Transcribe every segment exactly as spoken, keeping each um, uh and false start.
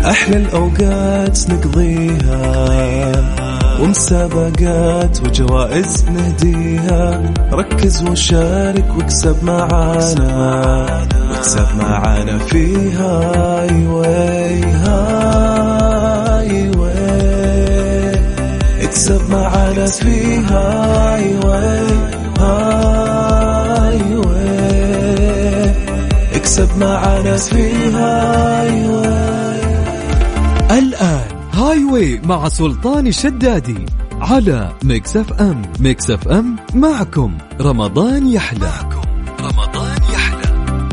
أحلى الأوقات نقضيها ومسابقات وجوائز نهديها. ركز وشارك واكسب معانا واكسب معانا في هاي واي هاي واي. اكسب معانا في هاي واي هاي واي. اكسب معانا في هاي واي. الآن هاي واي مع سلطان الشدادي على ميكس اف ام. ميكس اف ام معكم رمضان يحلى. رمضان يحلى.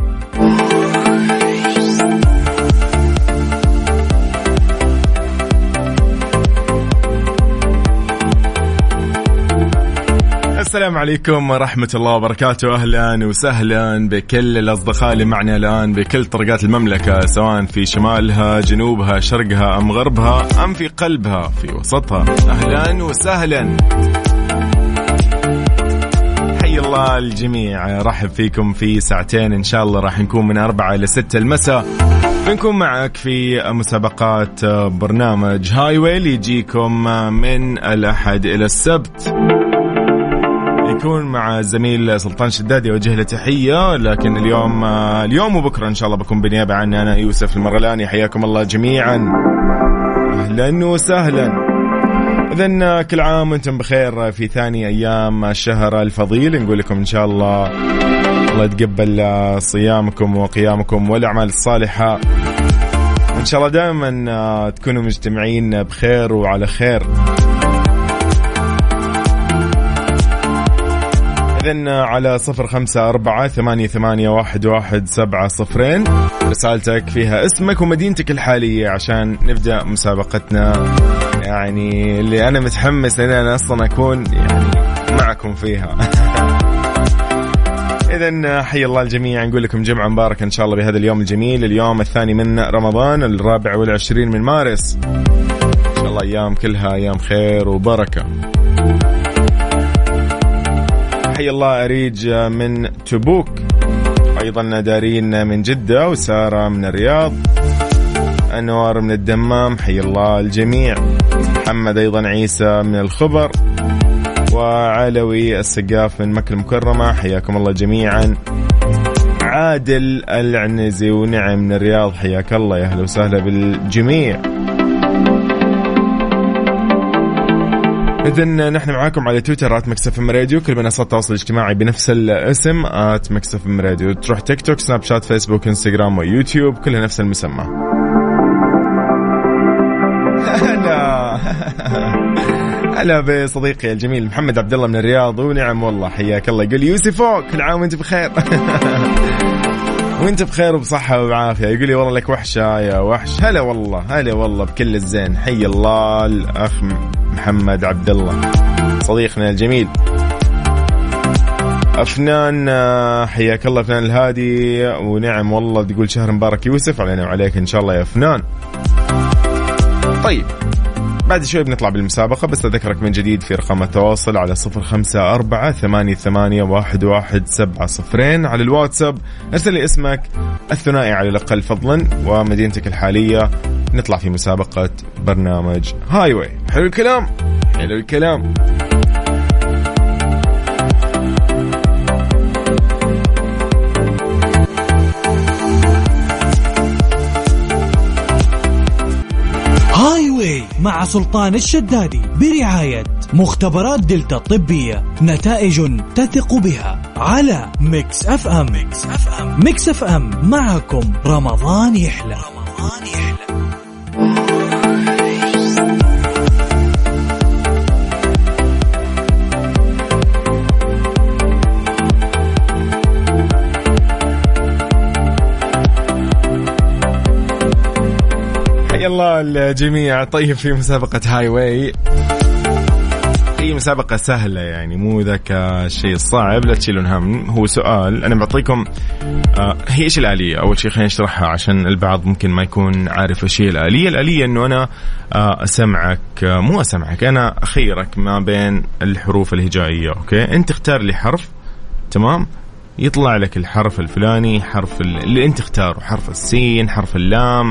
السلام عليكم ورحمة الله وبركاته. أهلا وسهلا بكل الأصدقاء اللي معنا الآن بكل طرقات المملكة، سواء في شمالها، جنوبها، شرقها أم غربها أم في قلبها، في وسطها. أهلا وسهلا، حي الله الجميع. رحب فيكم في ساعتين إن شاء الله، راح نكون من أربعة إلى ستة المساء. بنكون معك في مسابقات برنامج هاي واي اللي يجيكم من الأحد إلى السبت. يكون مع زميل سلطان شدادي، وجه له تحية. لكن اليوم اليوم وبكرة إن شاء الله بكون بنيابة عني أنا يوسف المرغلاني. حياكم الله جميعا، أهلا وسهلا. إذن كل عام وانتم بخير في ثاني أيام الشهر الفضيل. نقول لكم إن شاء الله الله يتقبل صيامكم وقيامكم والأعمال الصالحة. إن شاء الله دائما تكونوا مجتمعين بخير وعلى خير. إذن على صفر خمسة أربعة ثمانية ثمانية واحد واحد سبعة صفرين رسالتك فيها اسمك ومدينتك الحالية عشان نبدأ مسابقتنا، يعني اللي أنا متحمس لأن أنا أصلا أكون يعني معكم فيها. إذن حي الله الجميع. نقول لكم جمعة مباركة إن شاء الله بهذا اليوم الجميل، اليوم الثاني من رمضان، الرابع والعشرين من مارس. إن شاء الله أيام كلها أيام خير وبركة. حي الله أريج من تبوك، أيضا دارين من جدة، وسارة من الرياض، أنوار من الدمام. حي الله الجميع. محمد أيضا عيسى من الخبر، وعلوي السقاف من مكة المكرمة. حياكم الله جميعا. عادل العنزي ونعم من الرياض، حياك الله، يا أهلا وسهلا بالجميع. إذن نحن معاكم على تويتر آت ميكس اف ام راديو، كل منصات التواصل الاجتماعي بنفس الاسم آت ميكس اف ام راديو. تروح تيك توك، سناب شات، فيسبوك، انستغرام ويوتيوب، كلها نفس المسمى. هلا هلا بصديقي الجميل محمد عبد الله من الرياض، ونعم والله حياك الله. يقول يوسفو كل عام وانت بخير. وانت بخير وبصحة وبعافية. يقول لي والله لك وحشة يا وحش. هلا والله، هلا والله بكل الزين. حي الله الأخ محمد عبد الله صديقنا الجميل. أفنان حياك الله أفنان الهادي، ونعم والله. تقول شهر مبارك يوسف علينا وعليك إن شاء الله يا أفنان. طيب بعد شوي بنطلع بالمسابقة، بس أذكرك من جديد في رقم التواصل على صفر خمسة أربعة ثمانية ثمانية واحد واحد سبعة صفرين. على الواتساب ارسل لي اسمك الثنائي على الأقل فضلا ومدينتك الحالية. نطلع في مسابقة برنامج هاي واي. حلو الكلام، حلو الكلام. هاي واي مع سلطان الشدادي برعاية مختبرات دلتا الطبية، نتائج تثق بها، على ميكس اف ام. ميكس اف ام, ميكس اف ام معكم رمضان يحلى. رمضان يحلى. يلا الجميع. طيب في مسابقة هاي واي، هي مسابقة سهلة يعني مو ذاك الشيء الصعب، لا تشيلون هم. هو سؤال أنا بعطيكم آه هي إيش الآلية؟ أول شيء خلينا نشرحها عشان البعض ممكن ما يكون عارف إيش هي الآلية. الآلية إنه أنا آه أسمعك آه مو أسمعك أنا أخيرك ما بين الحروف الهجائية. أوكي، أنت اختار لي حرف، تمام، يطلع لك الحرف الفلاني، حرف اللي أنت اختاره، حرف السين، حرف اللام،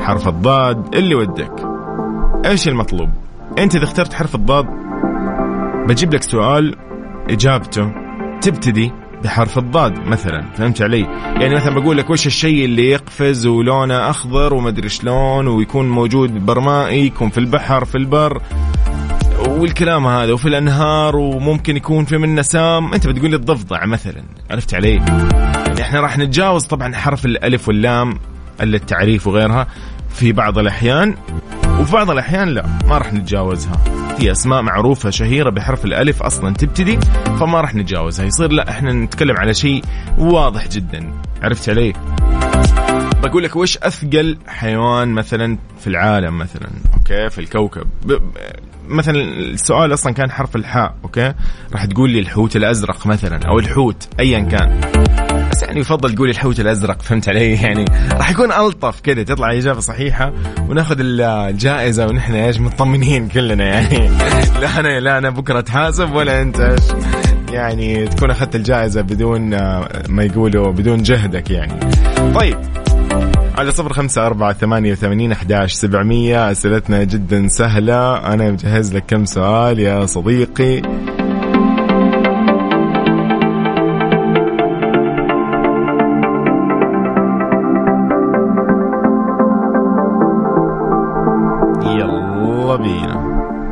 حرف الضاد، اللي ودك. ايش المطلوب؟ انت اذا اخترت حرف الضاد بجيب لك سؤال اجابته تبتدي بحرف الضاد مثلا، فهمت علي؟ يعني مثلا بقول لك وش الشيء اللي يقفز ولونه اخضر ومدري شلون ويكون موجود برمائي، يكون في البحر في البر والكلام هذا، وفي الانهار، وممكن يكون في منه سام. انت بتقول لي الضفدع مثلا، عرفت علي؟ يعني احنا راح نتجاوز طبعا حرف الالف واللام التعريف وغيرها في بعض الاحيان، وفي بعض الأحيان لا، ما رح نتجاوزها. في أسماء معروفة شهيرة بحرف الألف أصلا تبتدي، فما رح نتجاوزها. يصير لا، إحنا نتكلم على شيء واضح جدا، عرفت علي؟ بقول لك وش أثقل حيوان مثلا في العالم مثلا، أوكي، في الكوكب. مثلا السؤال أصلا كان حرف الحاء، أوكي، راح تقول لي الحوت الأزرق مثلا، أو الحوت أيا كان، بس يعني يفضل تقولي الحوت الأزرق، فهمت علي؟ يعني راح يكون ألطف كده، تطلع إجابة صحيحة وناخذ الجائزة ونحن إيش مطمنين كلنا يعني. لا أنا لا أنا بكرة تحاسب ولا أنت إيش يعني، تكون أخذت الجائزة بدون ما يقولوا بدون جهدك يعني. طيب على صفر خمسة أربعة ثمانية وثمانين أحداش سبعمية أسئلتنا جدا سهلة. أنا مجهز لك كم سؤال يا صديقي. يلا بينا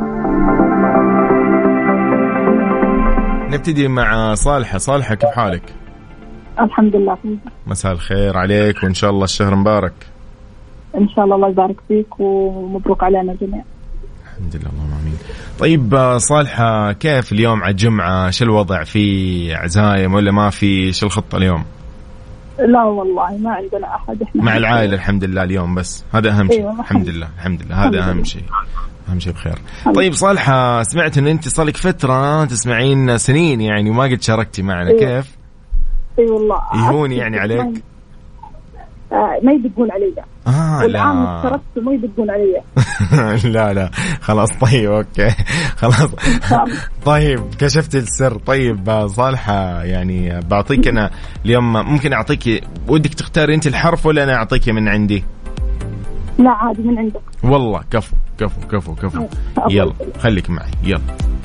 نبتدي مع صالحة. صالحة كيف حالك؟ الحمد لله. مساء الخير عليك، وإن شاء الله الشهر مبارك. إن شاء الله الله يبارك فيك ومبروك علينا الجميع. الحمد لله اللهم آمين. طيب صالحة، كيف اليوم على الجمعة؟ شو الوضع؟ في عزايم ولا ما في؟ شو الخطة اليوم؟ لا والله ما عندنا أحد، إحنا مع العائلة الحمد لله اليوم بس، هذا أهم شيء. أيوة الحمد لله الحمد لله هذا أهم شيء، أهم شيء بخير. طيب صالحة، سمعت إن أنت صار لك فترة تسمعين سنين يعني وما قد شاركتي معنا. أيوة. كيف؟ اي أيوة والله يهون يعني عليك. آه ما يدقون علي. اه والعام اشتركت ما يدقون علي. لا لا خلاص. طيب اوكي خلاص. طيب كشفت السر. طيب صالحة، يعني بعطيك انا اليوم، ممكن اعطيك، ودك تختاري انت الحرف ولا انا اعطيك من عندي؟ لا عادي من عندك. والله كفو كفو كفو كفو. يلا خليك معي يلا.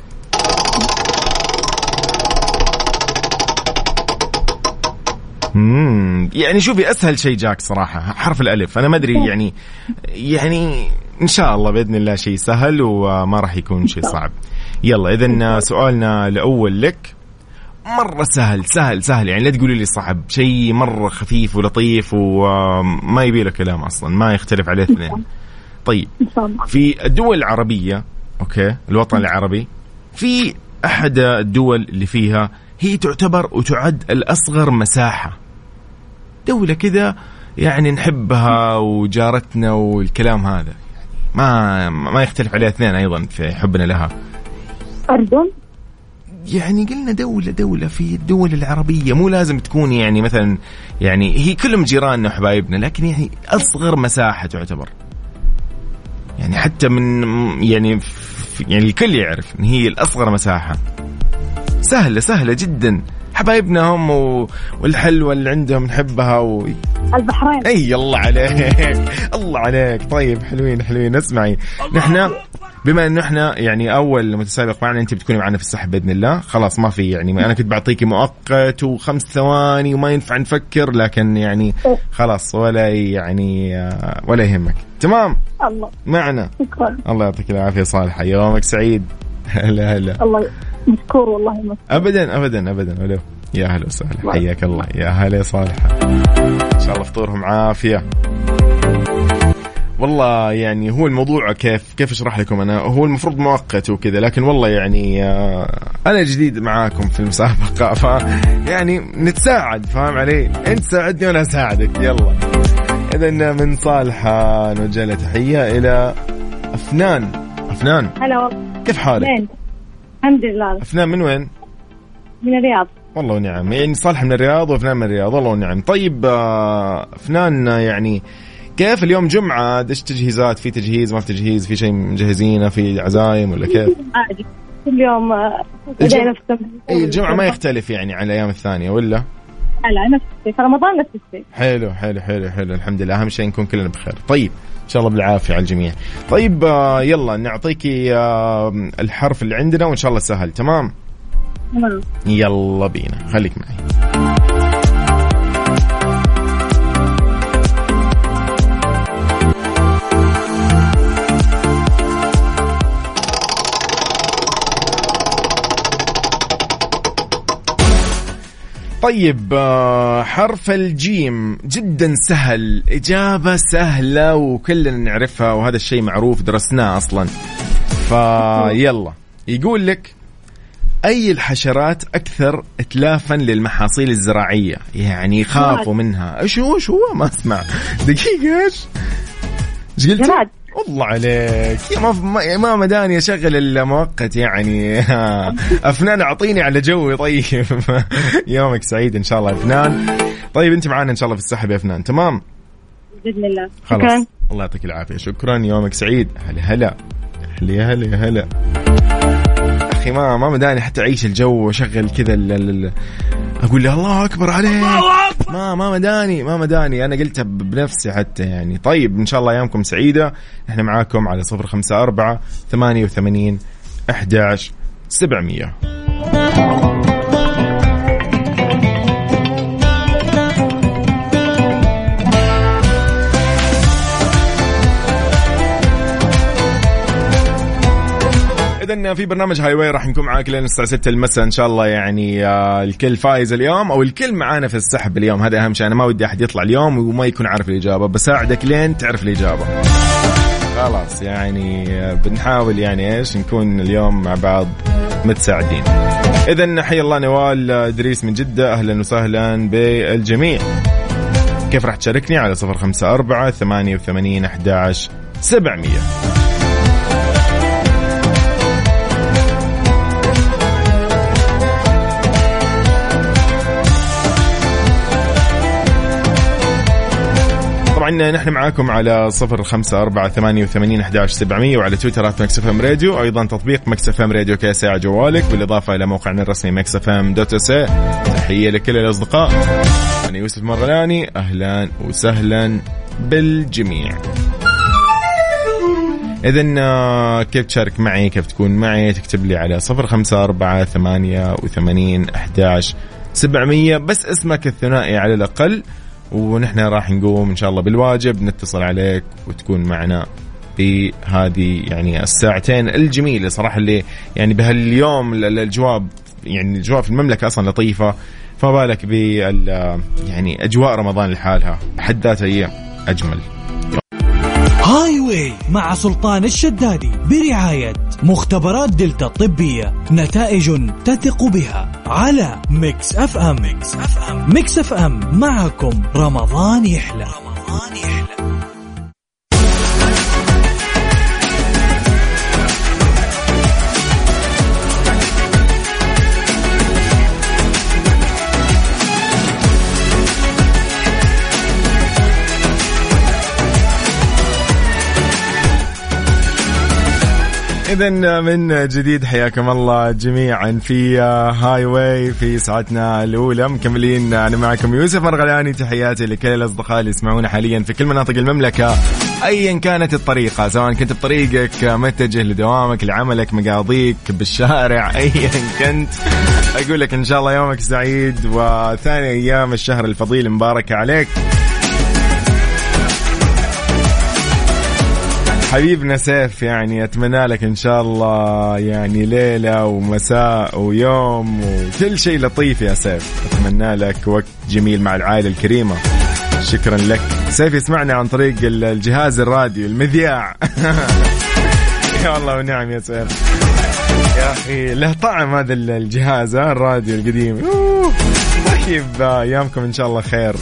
امم يعني شوفي اسهل شيء جاك صراحه حرف الالف. انا ما ادري يعني يعني ان شاء الله باذن الله شيء سهل وما راح يكون شيء صعب. يلا اذا سؤالنا الاول لك مره سهل سهل سهل، يعني لا تقولي لي صعب، شيء مره خفيف ولطيف وما يبي له كلام اصلا، ما يختلف عليه اثنين. طيب في الدول العربيه، اوكي، الوطن العربي، في احد الدول اللي فيها هي تعتبر وتعد الاصغر مساحه، دولة كذا يعني نحبها وجارتنا والكلام هذا، يعني ما ما يختلف عليها اثنين أيضا في حبنا لها. أردن. يعني قلنا دولة دولة في الدول العربية، مو لازم تكون يعني مثلا يعني هي كلهم جيراننا وحبايبنا، لكن يعني أصغر مساحة تعتبر، يعني حتى من يعني يعني الكل يعرف إن هي الأصغر مساحة. سهلة سهلة جدا، حبايبنا هم و... والحلوة اللي عندهم نحبها و... البحرين. اي الله عليك الله عليك. طيب حلوين حلوين. اسمعي، نحن بما انه احنا يعني اول متسابق معنا، انت بتكوني معنا في السحب باذن الله. خلاص ما في يعني، انا كنت بعطيكي مؤقت وخمس ثواني وما ينفع نفكر، لكن يعني خلاص ولا يعني ولا يهمك. تمام الله معنا. شكرا. الله يعطيك العافية صالحة، يومك سعيد. هلا هلا. الله مشكور والله مشكور. ابدا ابدا ابدا ولو. يا هلا وسهلا، حياك الله. يا هلا صالحة، ان شاء الله فطورهم عافية. والله يعني هو الموضوع كيف كيف اشرح لكم، انا هو المفروض مؤقت وكذا، لكن والله يعني انا جديد معاكم في المسابقة، ف يعني نتساعد، فاهم علي؟ انت ساعدني وانا اساعدك. يلا اذا من صالحة نوجه له تحية الى أفنان. أفنان هلا، كيف حالك؟ مين؟ الحمد لله. أفنان من وين؟ من الرياض. والله ونعم، يعني صالح من الرياض وأفنان من الرياض، والله ونعم. طيب أفنان، يعني كيف اليوم جمعة؟ ايش تجهيزات؟ في تجهيز ما في تجهيز؟ في شيء مجهزينه؟ في عزايم ولا كيف؟ عادي كل يوم الجمعة, الجمعة ما يختلف يعني على الأيام الثانية ولا؟ على نفس الشيء، فرمضان نفس الشيء. حلو حلو حلو حلو، الحمد لله، أهم شيء نكون كلنا بخير. طيب إن شاء الله بالعافية على الجميع. طيب آه يلا نعطيكي آه الحرف اللي عندنا وإن شاء الله سهل. تمام تمام يلا بينا، خليك معي. طيب حرف الجيم جدا سهل، إجابة سهلة وكلنا نعرفها، وهذا الشيء معروف درسناه أصلا. فيلا يقول لك أي الحشرات أكثر إتلافا للمحاصيل الزراعية؟ يعني خافوا منها. إيش هو إيش هو ما أسمع دقيقة. إيش إيش قلت؟ جراد. الله عليك يا ما ما مداني أشغل المؤقت يعني. أفنان أعطيني على جوي. طيب يومك سعيد إن شاء الله أفنان. طيب أنت معانا إن شاء الله في السحب يا أفنان. تمام بإذن الله. خلاص شكرا. الله يعطيك العافية. شكرا يومك سعيد. هلا هلا هلا هلا هلا. أخي ما ما مداني حتى أعيش الجو وأشغل كذا أقول له الله أكبر عليك. ما ما مداني ما مداني أنا قلتها بنفسي حتى يعني. طيب إن شاء الله أيامكم سعيدة. إحنا معاكم على صفر خمسة أربعة ثمانية وثمانين أحد عشر سبعمية. إذن في برنامج هاي واي راح نكون معاك لين الساعة ستة المساء إن شاء الله يعني. آه الكل فايز اليوم أو الكل معانا في السحب اليوم، هذا أهم شيء. أنا ما ودي أحد يطلع اليوم وما يكون عارف الإجابة، بساعدك لين تعرف الإجابة. خلاص يعني آه بنحاول يعني إيش نكون اليوم مع بعض متساعدين. إذن حي الله نوال إدريس من جدة، أهلا وسهلا بالجميع. كيف راح تشاركني؟ على صفر خمسة أربعة ثمانية وثمانين أحد عشر سبعمية. طبعا نحن معاكم على صفر خمسة أربعة ثمانية وثمانين أحد عشر سبعمية، وعلى تويترات مكس اف ام راديو، أيضا تطبيق مكس اف ام راديو كيساع على جوالك، بالإضافة إلى موقعنا الرسمي مكس اف ام دوت اس اي. تحية لكل الأصدقاء. أنا يوسف مرغلاني، أهلا وسهلا بالجميع. إذن كيف تشارك معي؟ كيف تكون معي؟ تكتب لي على صفر خمسة أربعة ثمانية وثمانين أحد عشر سبعمية، بس اسمك الثنائي على الأقل، ونحن راح نقوم إن شاء الله بالواجب نتصل عليك وتكون معنا بهذه يعني الساعتين الجميلة صراحة، اللي يعني بهاليوم الجواب يعني الجواب في المملكة أصلا لطيفة، فما بالك بال يعني أجواء رمضان لحالها بحد ذاتها هي أجمل. هاي واي مع سلطان الشدادي برعاية مختبرات دلتا الطبية، نتائج تثق بها، على ميكس اف ام. ميكس اف ام, ميكس اف ام معكم رمضان يحلى. رمضان يحلى. إذن من جديد حياكم الله جميعا في هاي واي في ساعتنا الأولى، مكملين. أنا معكم يوسف مرغلاني، تحياتي لكل الأصدقاء اللي يسمعونا حاليا في كل مناطق المملكة أيا كانت الطريقة، سواء كنت بطريقك متجه لدوامك لعملك مقاضيك بالشارع أيا كنت، أقول لك إن شاء الله يومك سعيد وثاني أيام الشهر الفضيل مباركة عليك. حبيبنا سيف يعني أتمنى لك إن شاء الله يعني ليلة ومساء ويوم وكل شيء لطيف يا سيف، أتمنى لك وقت جميل مع العائلة الكريمة. شكرا لك سيف، يسمعنا عن طريق الجهاز الراديو المذياع. يا والله ونعم يا سيف يا أخي، له طعم هذا الجهاز الراديو القديم. طيب أيامكم إن شاء الله خير.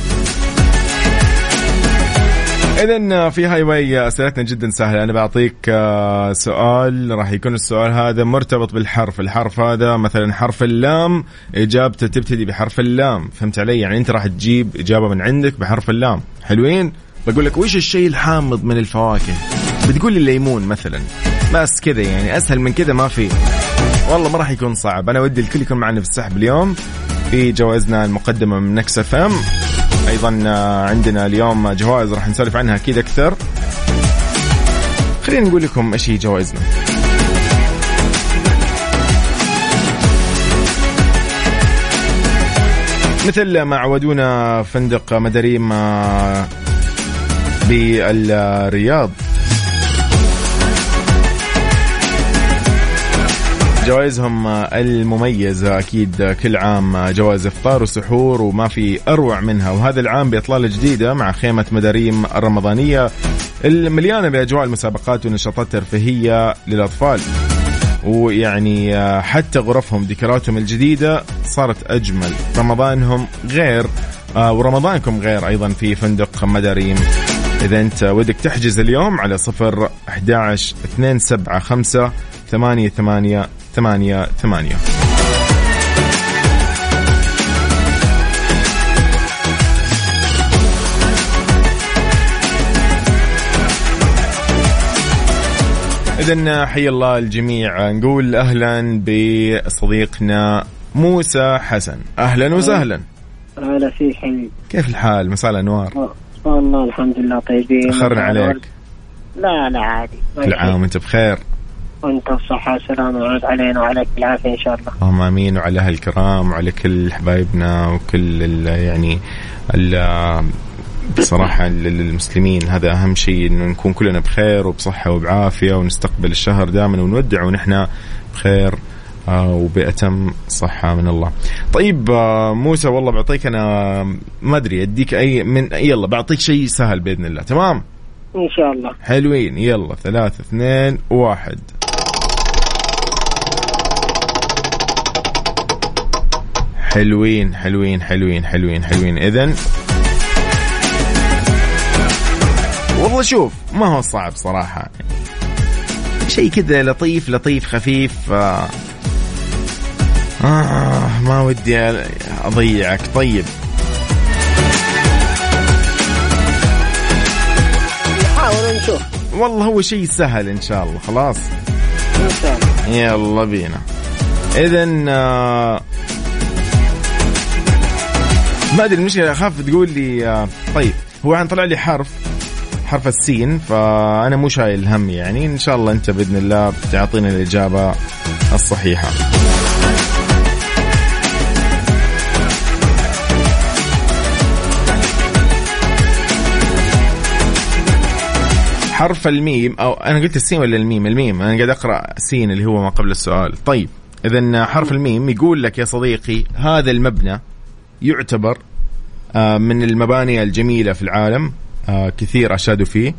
إذن في هاي واي أسئلتنا جدا سهلة. أنا بعطيك سؤال، راح يكون السؤال هذا مرتبط بالحرف. الحرف هذا مثلا حرف اللام، إجابته تبتدي بحرف اللام، فهمت علي؟ يعني أنت راح تجيب إجابة من عندك بحرف اللام. حلوين؟ بقول لك وش الشيء الحامض من الفواكه؟ بتقول لي الليمون مثلا، بس كذا يعني، أسهل من كذا ما في. والله ما راح يكون صعب. أنا ودي الكل يكون معنا في السحب اليوم في جوائزنا المقدمة من ميكس اف ام. أيضا عندنا اليوم جوائز راح نسولف عنها أكيد أكثر. خلينا نقول لكم إيش هي جوائزنا. مثل ما عودونا فندق مداريم بالرياض، جوائزهم المميزة أكيد كل عام جوائز إفطار وسحور وما في أروع منها، وهذا العام بإطلالة جديدة مع خيمة مداريم الرمضانية المليانة بأجواء المسابقات ونشاطات ترفيهية للأطفال. ويعني حتى غرفهم ديكوراتهم الجديدة صارت أجمل. رمضانهم غير ورمضانكم غير أيضا في فندق مداريم. إذا أنت ودك تحجز اليوم على صفر أحد عشر اثنين سبعة خمسة ثمانية ثمانية ثمانية ثمانية. إذن حي الله الجميع. نقول أهلا بصديقنا موسى حسن. أهلا وسهلا. أهلا فيك حبيبي. كيف الحال؟ مساء الأنوار. والله الحمد لله طيبين. أخرنا عليك. لا لا عادي. كل عام وأنت بخير. وأنت بصحة وسلامة وعاد علينا وعليك بالعافية إن شاء الله. اللهم آمين. وعلى أهل الكرام وعلى كل حبايبنا وكل ال يعني ال بصراحة المسلمين. هذا أهم شيء، إنه نكون كلنا بخير وبصحة وبعافية ونستقبل الشهر دائما ونودع ونحن بخير وبأتم صحة من الله. طيب موسى، والله بعطيك أنا ما أدري أديك أي من يلا بعطيك شيء سهل بإذن الله. تمام إن شاء الله. حلوين. يلا ثلاثة اثنين واحد. حلوين حلوين حلوين حلوين حلوين. إذن والله شوف ما هو صعب صراحة، شيء كذا لطيف لطيف خفيف. آه, آه ما ودي أضيعك. طيب نحاول نشوف. والله هو شيء سهل إن شاء الله. خلاص إن شاء الله. يلا بينا. إذن آه ما أدري المشكلة، أخاف تقول لي آه طيب هو عن طلع لي حرف حرف السين، فأنا مو شايل هم يعني. إن شاء الله أنت بإذن الله بتعطينا الإجابة الصحيحة. حرف الميم، أو أنا قلت السين ولا الميم؟ الميم. أنا قاعد أقرأ سين اللي هو ما قبل السؤال. طيب إذن حرف الميم يقول لك يا صديقي هذا المبنى يعتبر من المباني الجميلة في العالم، كثير أشادوا فيه،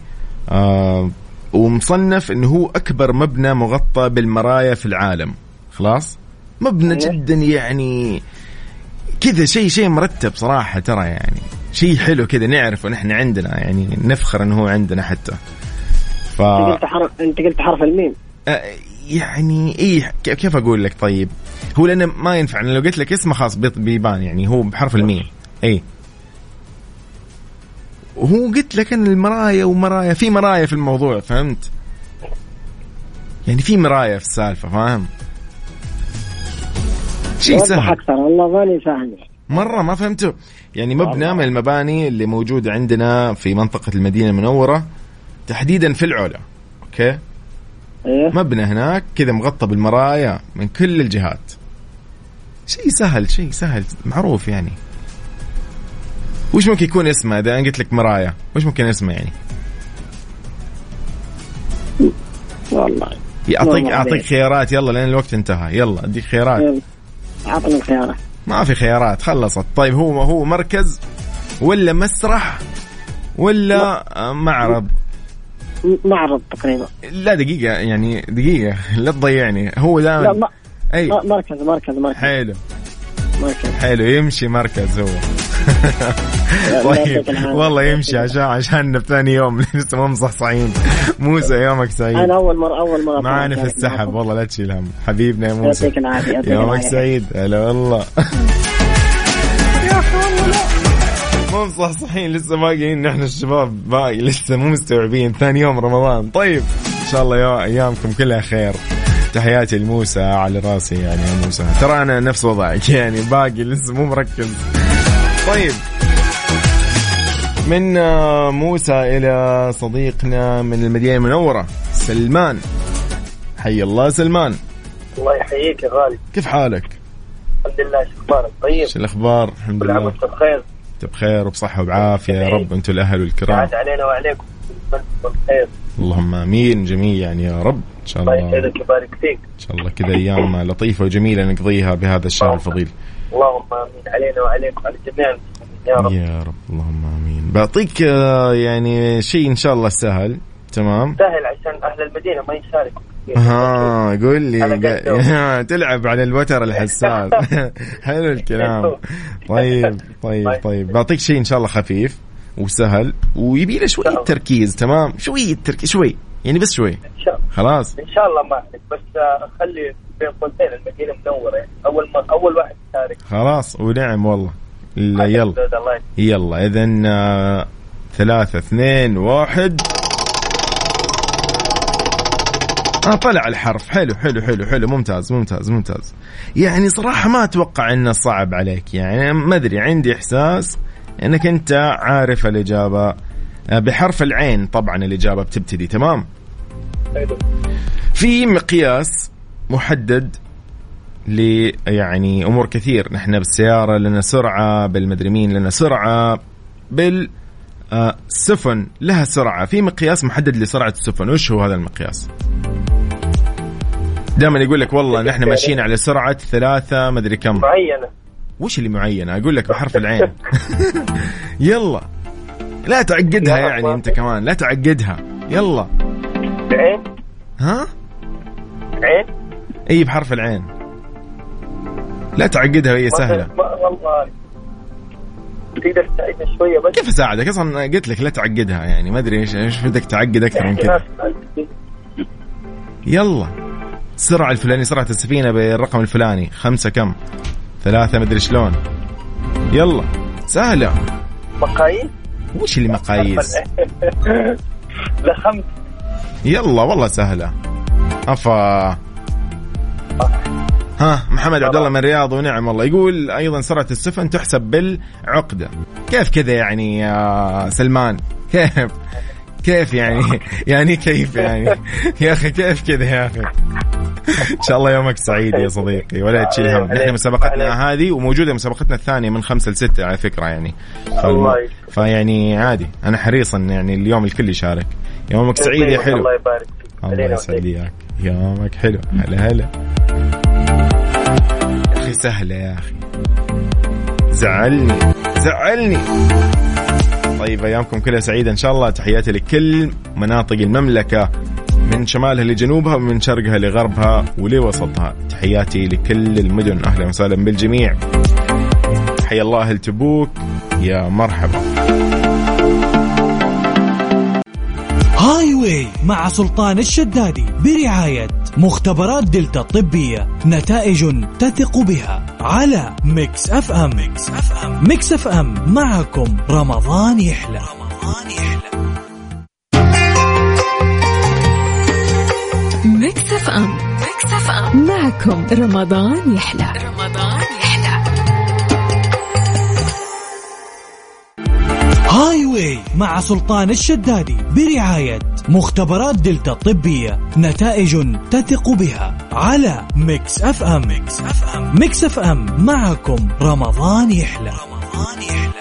ومصنف إنه هو أكبر مبنى مغطى بالمرايا في العالم. خلاص مبنى جدا يعني كذا شيء شيء مرتب صراحة، ترى يعني شيء حلو كذا نعرف ونحن عندنا يعني نفخر إنه هو عندنا حتى. ف... أنت قلت حرف أنت قلت حرف الميم. يعني إيه كيف أقول لك؟ طيب هو لأنه ما ينفع، أنا لو قلت لك اسمه خاص بيبان يعني هو بحرف الميم. إيه وهو قلت لك أن المرايا ومرايا في مرايا في الموضوع، فهمت يعني في مرايا في السالفة، فاهم؟ شيء سهل أكثر والله ماني فاهم مرة، ما فهمته يعني. مبنى من المباني اللي موجودة عندنا في منطقة المدينة المنورة تحديدا في العلا. أوكي إيه؟ مبنى هناك كذا مغطى بالمرايا من كل الجهات. شيء سهل شيء سهل معروف يعني. وش ممكن يكون اسمه إذا أنا قلت لك مرايا؟ وش ممكن اسمه يعني؟ والله أعطيك أعطيك خيارات يلا لأن الوقت انتهى. يلا أديك خيارات. أعطني الخيارات. ما في خيارات خلصت. طيب هو هو مركز ولا مسرح ولا معرض؟ معرض تقريبا. لا دقيقة يعني دقيقة لا تضيعني. هو دائما لا ما... أي مركز مركز مركز حلو مركز حلو يمشي مركز هو. طيب والله يمشي عشان عشان ثاني يوم لسه ما مصحصحين. موسى يومك سعيد. أنا أول مرة أول مرة معنا في السحب والله لا تشيل هم حبيبنا يا موسى. يعطيك العافية. يومك سعيد. هلا والله. يا أخي والله لا مو مصحصحين لسه باقيين نحن الشباب باقي لسه مو مستوعبين ثاني يوم رمضان. طيب إن شاء الله يا أيامكم كلها خير. تحياتي لموسى على راسي يعني يا موسى، ترى أنا نفس وضعك يعني باقي لسه مو مركز. طيب من موسى إلى صديقنا من المدينة المنورة سلمان. حي الله سلمان. الله يحييك يا غالي، كيف حالك؟ الحمد لله، شو اخبارك؟ طيب شو الأخبار؟ الحمد لله بخير. بخير وبصحة وبعافية يا رب، أنتوا الأهل والكرام. عاد علينا وعليكم بالخير. اللهم آمين جميعا يا رب. إن شاء الله الله يسعدك ويبارك فيك. إن شاء الله كذا أيام لطيفة وجميلة نقضيها بهذا الشهر الفضيل. اللهم آمين علينا وعليكم على الجميع يا رب يا رب. اللهم آمين. بعطيك يعني شيء إن شاء الله سهل. تمام سهل عشان أهل المدينة ما يشاركوا. ها قول لي تلعب على الوتر الحساس. حلو الكلام. طيب طيب طيب بعطيك شيء إن شاء الله خفيف وسهل ويبي له شوية تركيز. تمام شوية تركيز شوي يعني بس شوي. إن شاء الله. خلاص إن شاء الله ما أحد بس خلي بين قوسين المدينة منورة يعني. أول ما أول واحد يشارك. خلاص ونعم والله. يلا يلا إذن آه ثلاثة اثنين واحد. آه طلع الحرف. حلو حلو حلو حلو ممتاز ممتاز ممتاز. يعني صراحة ما أتوقع إنه صعب عليك يعني ما أدري عندي إحساس إنك أنت عارف الإجابة. بحرف العين طبعا الإجابة بتبتدي. تمام. في مقياس محدد ل يعني أمور كثير. نحن بالسيارة لنا سرعة، بالمدري مين لنا سرعة، بالسفن لها سرعة. في مقياس محدد لسرعة السفن. وش هو هذا المقياس؟ دائما يقول لك والله نحن ماشيين على سرعة ثلاثة مدري كم معينة. وش اللي معينة؟ أقول لك بحرف العين. يلا لا تعقدها يعني أنت كمان لا تعقدها. يلا عين. ها عين. أي بحرف العين لا تعقدها وهي سهلة. والله تقدر تساعدنا شوية بس. كيف أساعدك أصلا؟ قلت لك لا تعقدها يعني ما أدري إيش إيش بدك تعقد أكثر من كذا. يلا السرعة الفلانية سرعة السفينة بالرقم الفلاني خمسة كم ثلاثة مدري شلون. يلا سهلة. مقاييس. وش اللي مقاييس؟ لا خمس. يلا والله سهلة. أفا ها محمد عبد الله من الرياض ونعم والله يقول أيضا سرعة السفن تحسب بالعقدة. كيف كذا يعني يا سلمان؟ كيف كيف يعني يعني كيف يعني يا أخي كيف كذا يا أخي؟ إن شاء الله يومك سعيد يا صديقي ولا تشيل هم. نحن مسابقتنا هذه وموجودة مسابقتنا الثانية من خمسة لستة على فكرة يعني. فيعني عادي أنا حريصا يعني اليوم الكل يشارك. يومك سعيد يا حلو. الله يبارك الله يسعد إياك. يومك حلو. هلا هلا يا أخي سهلة يا أخي زعلني زعلني. طيب أيامكم كلها سعيدة إن شاء الله. تحياتي لكل مناطق المملكة من شمالها لجنوبها ومن شرقها لغربها ولوسطها. تحياتي لكل المدن. أهلا وسهلا بالجميع. حيا الله أهل تبوك يا مرحبا. هاي واي مع سلطان الشدادي برعاية مختبرات دلتا الطبية، نتائج تثق بها على ميكس اف ام. ميكس اف ام, ميكس أف أم معكم رمضان يحلى. رمضان يحلى. ميكس اف ام. ميكس اف ام معكم رمضان يحلى. رمضان يحلى. هاي واي مع سلطان الشدادي برعاية مختبرات دلتا الطبية، نتائج تثق بها على ميكس اف ام. ميكس اف ام, ميكس أف أم معكم رمضان يحلى. رمضان يحلى.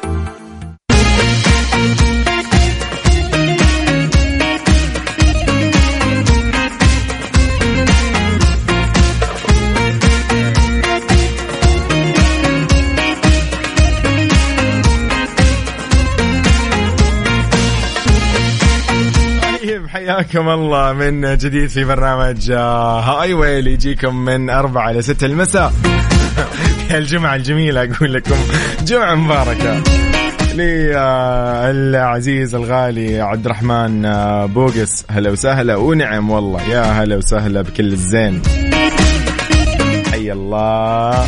حياكم الله من جديد في برنامج هاي واي اللي يجيكم من أربعة إلى ستة المساء في الجمعة الجميلة. أقول لكم جمعة مباركة للعزيز الغالي عبد الرحمن بوغس. هلا وسهلا ونعم والله يا هلا وسهلا بكل الزين. حي الله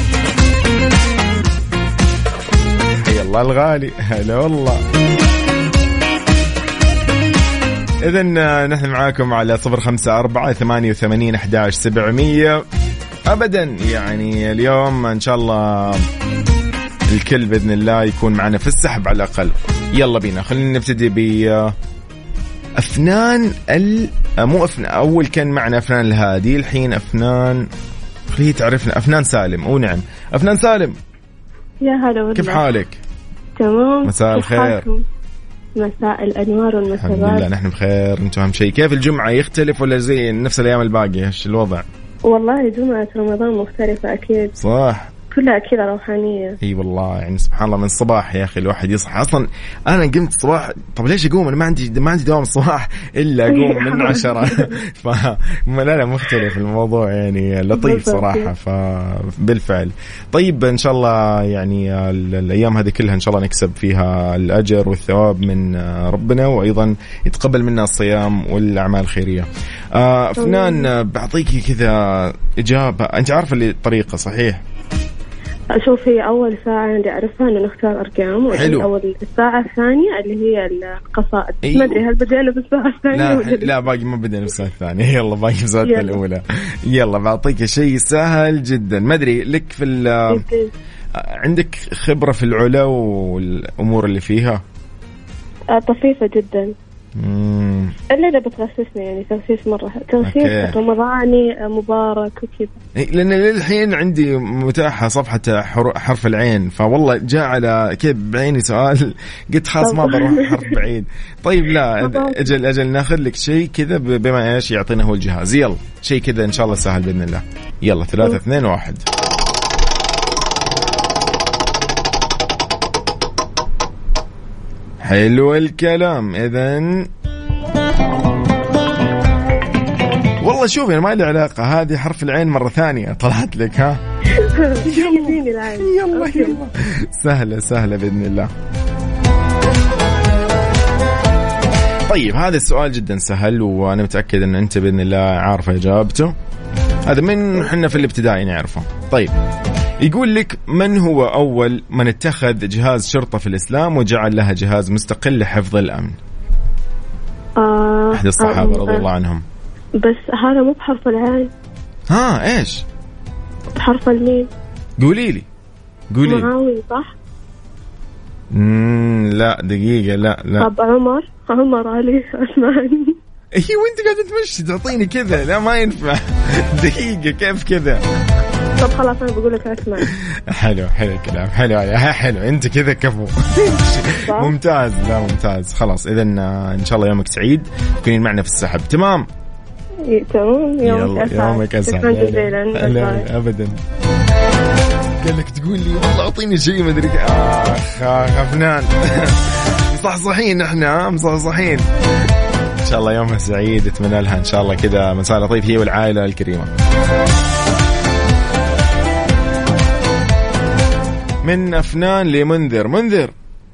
حي الله الغالي. هلا والله إذن نحن معاكم على صفر خمسة أربعة ثمانية وثمانين أحد عشر سبعمية. أبدا يعني اليوم إن شاء الله الكل بإذن الله يكون معنا في السحب على الأقل. يلا بينا خلينا نبتدي ب أفنان ال مو أفنان. أول كان معنا أفنان الهادي، الحين أفنان خليه تعرفنا أفنان سالم. أو نعم أفنان سالم، يا هلا والله، كيف حالك؟ تمام، مساء الخير. مساء الأنوار والمسرات. الحمد لله نحن بخير، انتم أهم شيء. كيف الجمعة، يختلف ولا زي نفس الأيام الباقية؟ ايش الوضع؟ والله جمعة رمضان مختلفة أكيد، صح، كلها كذا روحانية. اي والله يعني سبحان الله من الصباح يا اخي الواحد يصحى. اصلا انا قمت الصباح، طب ليش اقوم؟ انا ما عندي ما عندي دوام الصباح الا اقوم من عشرة. ف لا لا مختلف الموضوع يعني لطيف صراحة. فبالفعل طيب ان شاء الله يعني الايام هذه كلها ان شاء الله نكسب فيها الاجر والثواب من ربنا، وايضا يتقبل منا الصيام والاعمال الخيرية. آه فنان بعطيكي كذا اجابة، انت عارفة اللي الطريقة صحيح؟ أشوف هي أول ساعة اللي أعرفها إنه نختار أرقام، وأول الساعة الثانية اللي هي القصائد. أيوه. ما أدري هل بدينا في الساعة الثانية لا لا باقي ما بدينا في الساعة الثانية. يلا باقي في الساعة الأولى. يلا بعطيك شيء سهل جدا. ما أدري لك في ال عندك خبرة في العلا والأمور اللي فيها؟ طفيفة جدا. مم. إلا إذا بتغسسني يعني تغسيس مرة تغسيس رمضاني مبارك وكذا. لأن للحين عندي متاحة صفحة حرف العين، فوالله جاء على كيف بعيني سؤال قلت خلاص ما بروح حرف بعيد. طيب لا أجل أجل ناخذ لك شيء كذا بما إيش يعطينا هو الجهاز. يلا شيء كذا إن شاء الله سهل بإذن الله. يلا ثلاثة اثنين واحد. حلو الكلام. إذن والله شوف أنا ما لي علاقة، هذه حرف العين مرة ثانية طلعت لك. ها يلا يلا يلا سهلة سهلة بإذن الله. طيب هذا السؤال جدا سهل، وأنا متأكد أن أنت بإذن الله عارفة إجابته. هذا من حنا في الابتدائي نعرفه. طيب يقول لك من هو أول من اتخذ جهاز شرطة في الإسلام وجعل لها جهاز مستقل لحفظ الأمن؟ آه أحد الصحابة رضي الله عنهم. بس هذا مو بحرف العين. ها إيش؟ بحرف الميم. قولي لي قولي. معاوية صح؟ مم لا دقيقة لا لا. طب عمر عمر علي عثمان. ايوه وانت قاعدة تمشي تعطيني كذا، لا ما ينفع. دقيقة كيف كذا؟ طب خلاص أنا بقول لك عثمان. حلو حلو الكلام، حلو ها حلو انت كذا كفو. ممتاز، لا ممتاز. خلاص اذا ان شاء الله يومك سعيد، تكونين معنا في السحب. تمام تمام. يومك اسعد. يومك اسعد. لا ابدا. قال لك تقول لي والله اعطيني شيء ما ادري. اخ افنان مصحصحين احنا مصحصحين. ان شاء الله يومها سعيد، اتمنى لها ان شاء الله كذا مساء لطيف هي والعائله الكريمه. من أفنان لمنذر. منذر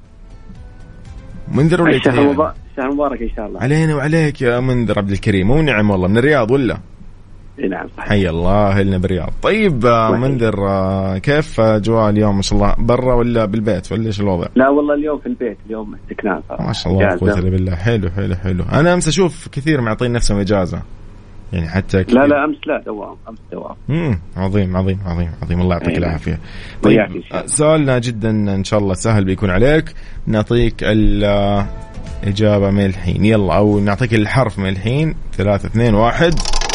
منذر ولا شهر مبارك إن شاء الله علينا وعليك يا منذر عبد الكريم. ونعم والله من الرياض ولا؟ نعم صحيح. حي الله أهلنا بالرياض. طيب منذر كيف جواء اليوم ما شاء الله، برا ولا بالبيت ولا إيش الوضع؟ لا والله اليوم في البيت، اليوم استكناف ما شاء الله قوة إلا بالله. حلو حلو حلو. أنا أمس أشوف كثير معطين نفسهم إجازة يعني حتى لا لا أمس لا دوام أمس دوام. امم عظيم عظيم عظيم عظيم الله يعطيك العافية. طيب سؤالنا جدا إن شاء الله سهل بيكون عليك، نعطيك الإجابة من الحين. يلا أو نعطيك الحرف من الحين. ثلاثة اثنين واحد.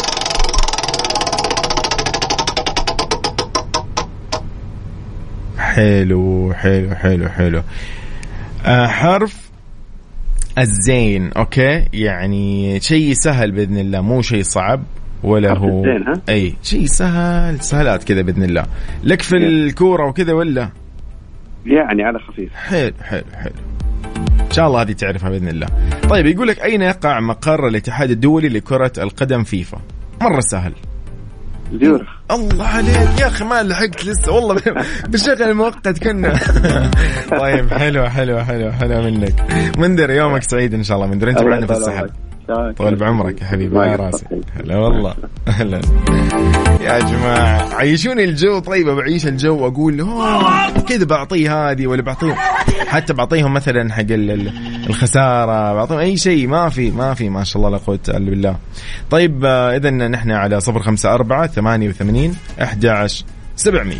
حلو حلو حلو حلو. آه حرف الزين. أوكي يعني شيء سهل بإذن الله، مو شيء صعب ولا هو أي شيء سهل، سهلات كذا بإذن الله. لك في الكورة وكذا ولا يعني على خفيف؟ حلو حلو حلو إن شاء الله هذه تعرفها بإذن الله. طيب يقول لك أين يقع مقر الاتحاد الدولي لكرة القدم فيفا؟ مرة سهل. زيورخ. الله عليك يا أخي ما لحقت لسه والله بشغل المؤقت كنا. طيب حلو حلو حلو حلو منك منذر. يومك سعيد إن شاء الله منذر. أنت معنا في السحب. طول بعمرك يا حبيبي على راسي. هلا والله اهلا يا جماعه، عيشوني الجو. طيب بعيش الجو، اقول كذا بعطيه هذه ولا بعطيه، حتى بعطيهم مثلا حق الخساره، بعطيهم اي شيء. ما في ما في ما شاء الله لا قوه الا بالله. طيب اذا نحن على صفر خمسة أربعة ثمانية وثمانين أحد عشر سبعمية.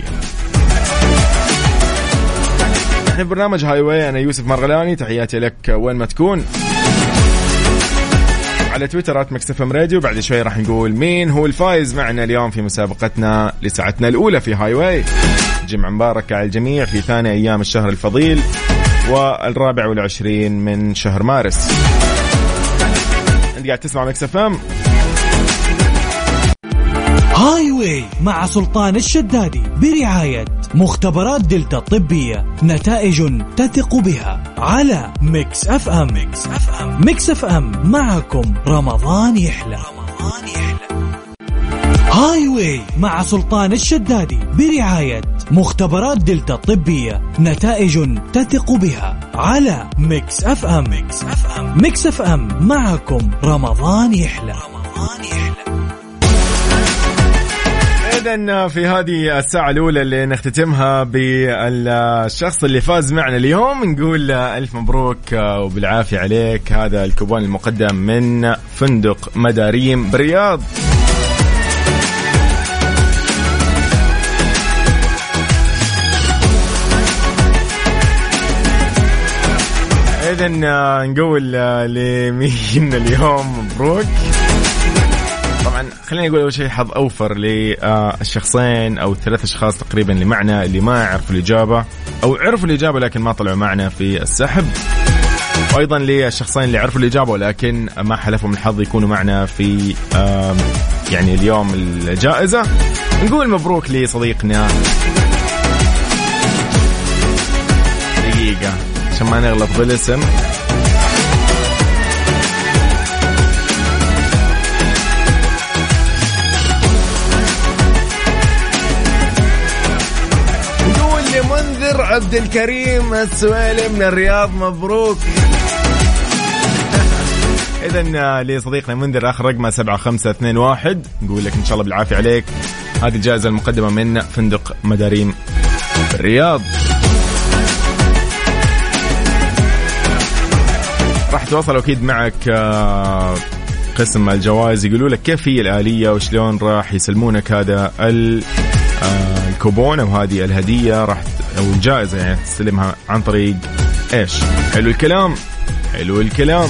نحن برنامج هاي واي، انا يوسف مرغلاني، تحياتي لك وين ما تكون. على تويتر آت ميكس إف إم راديو. بعد شوي راح نقول مين هو الفائز معنا اليوم في مسابقتنا لساعتنا الأولى في هاي واي. جمعة مباركة على الجميع في ثاني أيام الشهر الفضيل والرابع والعشرين من شهر مارس. أنت قاعد تسمع ميكس إف إم. هاي واي مع سلطان الشدادي برعاية مختبرات دلتا الطبية، نتائج تثق بها، على ميكس اف ام. ميكس اف ام, ميكس اف ام معكم رمضان يحلى. رمضان يحلى. هاي واي مع سلطان الشدادي برعاية مختبرات دلتا الطبية، نتائج تثق بها، على ميكس اف ام. ميكس اف ام, ميكس اف ام معكم رمضان يحلى. رمضان يحلى. إذن في هذه الساعة الأولى اللي نختتمها بالشخص اللي فاز معنا اليوم، نقول ألف مبروك وبالعافية عليك. هذا الكوبون المقدم من فندق مداريم بالرياض. إذن نقول لمين اليوم مبروك. طبعا خليني أقول أول شيء حظ أوفر للشخصين أو ثلاث أشخاص تقريبا اللي معنا، اللي ما عرفوا الإجابة أو عرفوا الإجابة لكن ما طلعوا معنا في السحب، وأيضا للشخصين اللي عرفوا الإجابة ولكن ما حلفوا من الحظ يكونوا معنا في يعني اليوم الجائزة. نقول مبروك لصديقنا. دقيقة عشان ما نغلط بالاسم. منذر عبد الكريم السويلي من الرياض، مبروك. إذن لصديقنا منذر آخر رقمه سبعة خمسة اثنين واحد، نقول لك إن شاء الله بالعافية عليك. هذه الجائزة المقدمة من فندق مداريم الرياض. راح تواصلوا أكيد معك قسم الجوائز، يقولوا لك كيف هي الآلية وشلون راح يسلمونك هذا الكوبون أو هذه الهدية، راح أو الجائزة يعني تستلمها عن طريق إيش. حلو الكلام حلو الكلام.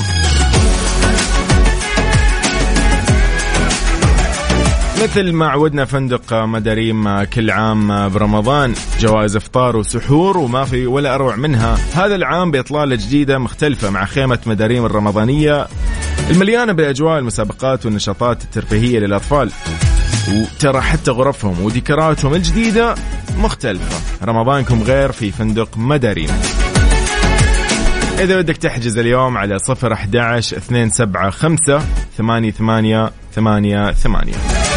مثل ما عودنا فندق مداريم كل عام برمضان جوائز إفطار وسحور وما في ولا أروع منها. هذا العام بإطلالة جديدة مختلفة مع خيمة مداريم الرمضانية المليانة بأجواء المسابقات والنشاطات الترفيهية للأطفال، وترى حتى غرفهم وديكوراتهم الجديدة مختلفة. رمضانكم غير في فندق مداريم. إذا بدك تحجز اليوم على صفر أحد عشر اثنين سبعة خمسة ثمانية ثمانية ثمانية ثمانية.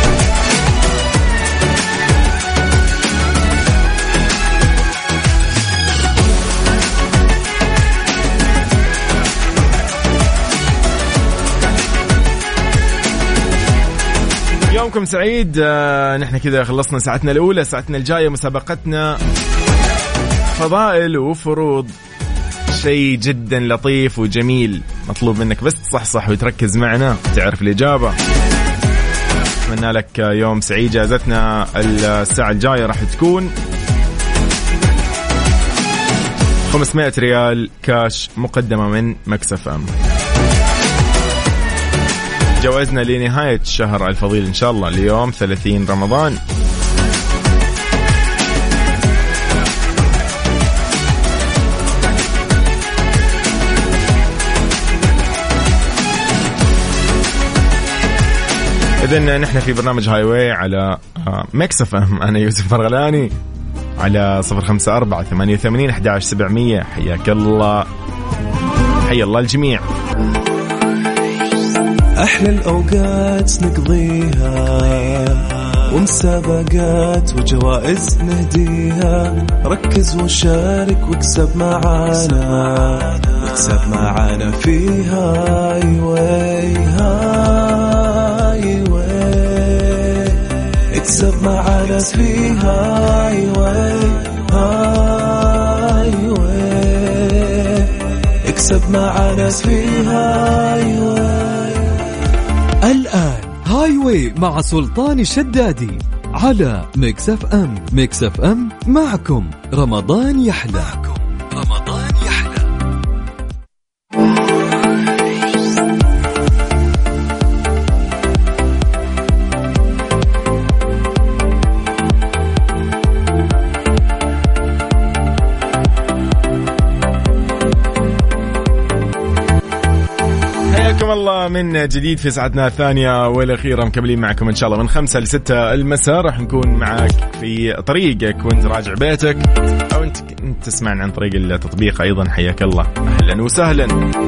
يومكم سعيد. آه نحن كذا خلصنا ساعتنا الأولى. ساعتنا الجاية مسابقتنا فضائل وفروض، شيء جدا لطيف وجميل. مطلوب منك بس تصحصح وتركز معنا تعرف الإجابة. أتمنى لك يوم سعيد. جائزتنا الساعة الجاية راح تكون خمسمائة ريال كاش مقدمة من ميكس إف إم. جوائزنا لنهاية الشهر الفضيل إن شاء الله اليوم ثلاثين رمضان. إذن نحن في برنامج هاي واي على ميكس إف إم. أنا يوسف مرغلاني على صفر خمسة أربعة ثمانية وثمانين أحد عشر سبعمية. حياك الله حيا الله الجميع. أحلى الأوقات نقضيها ومسابقات وجوائز نهديها. ركز وشارك واكسب معانا واكسب معانا في هاي واي. ناس فيها هاي واي هاي واي اكسب مع ناس فيها هاي واي. الآن هاي واي مع سلطان الشدادي على ميكس اف ام. ميكس اف ام معكم رمضان يحلى. رمضان يحلى. حياكم الله من جديد في ساعتنا الثانية والأخيرة، مكملين معكم إن شاء الله من خمسة لستة المساء. راح نكون معك في طريقك وانت راجع بيتك أو انت, انت تسمعنا عن طريق التطبيق أيضا. حياك الله، أهلا وسهلا.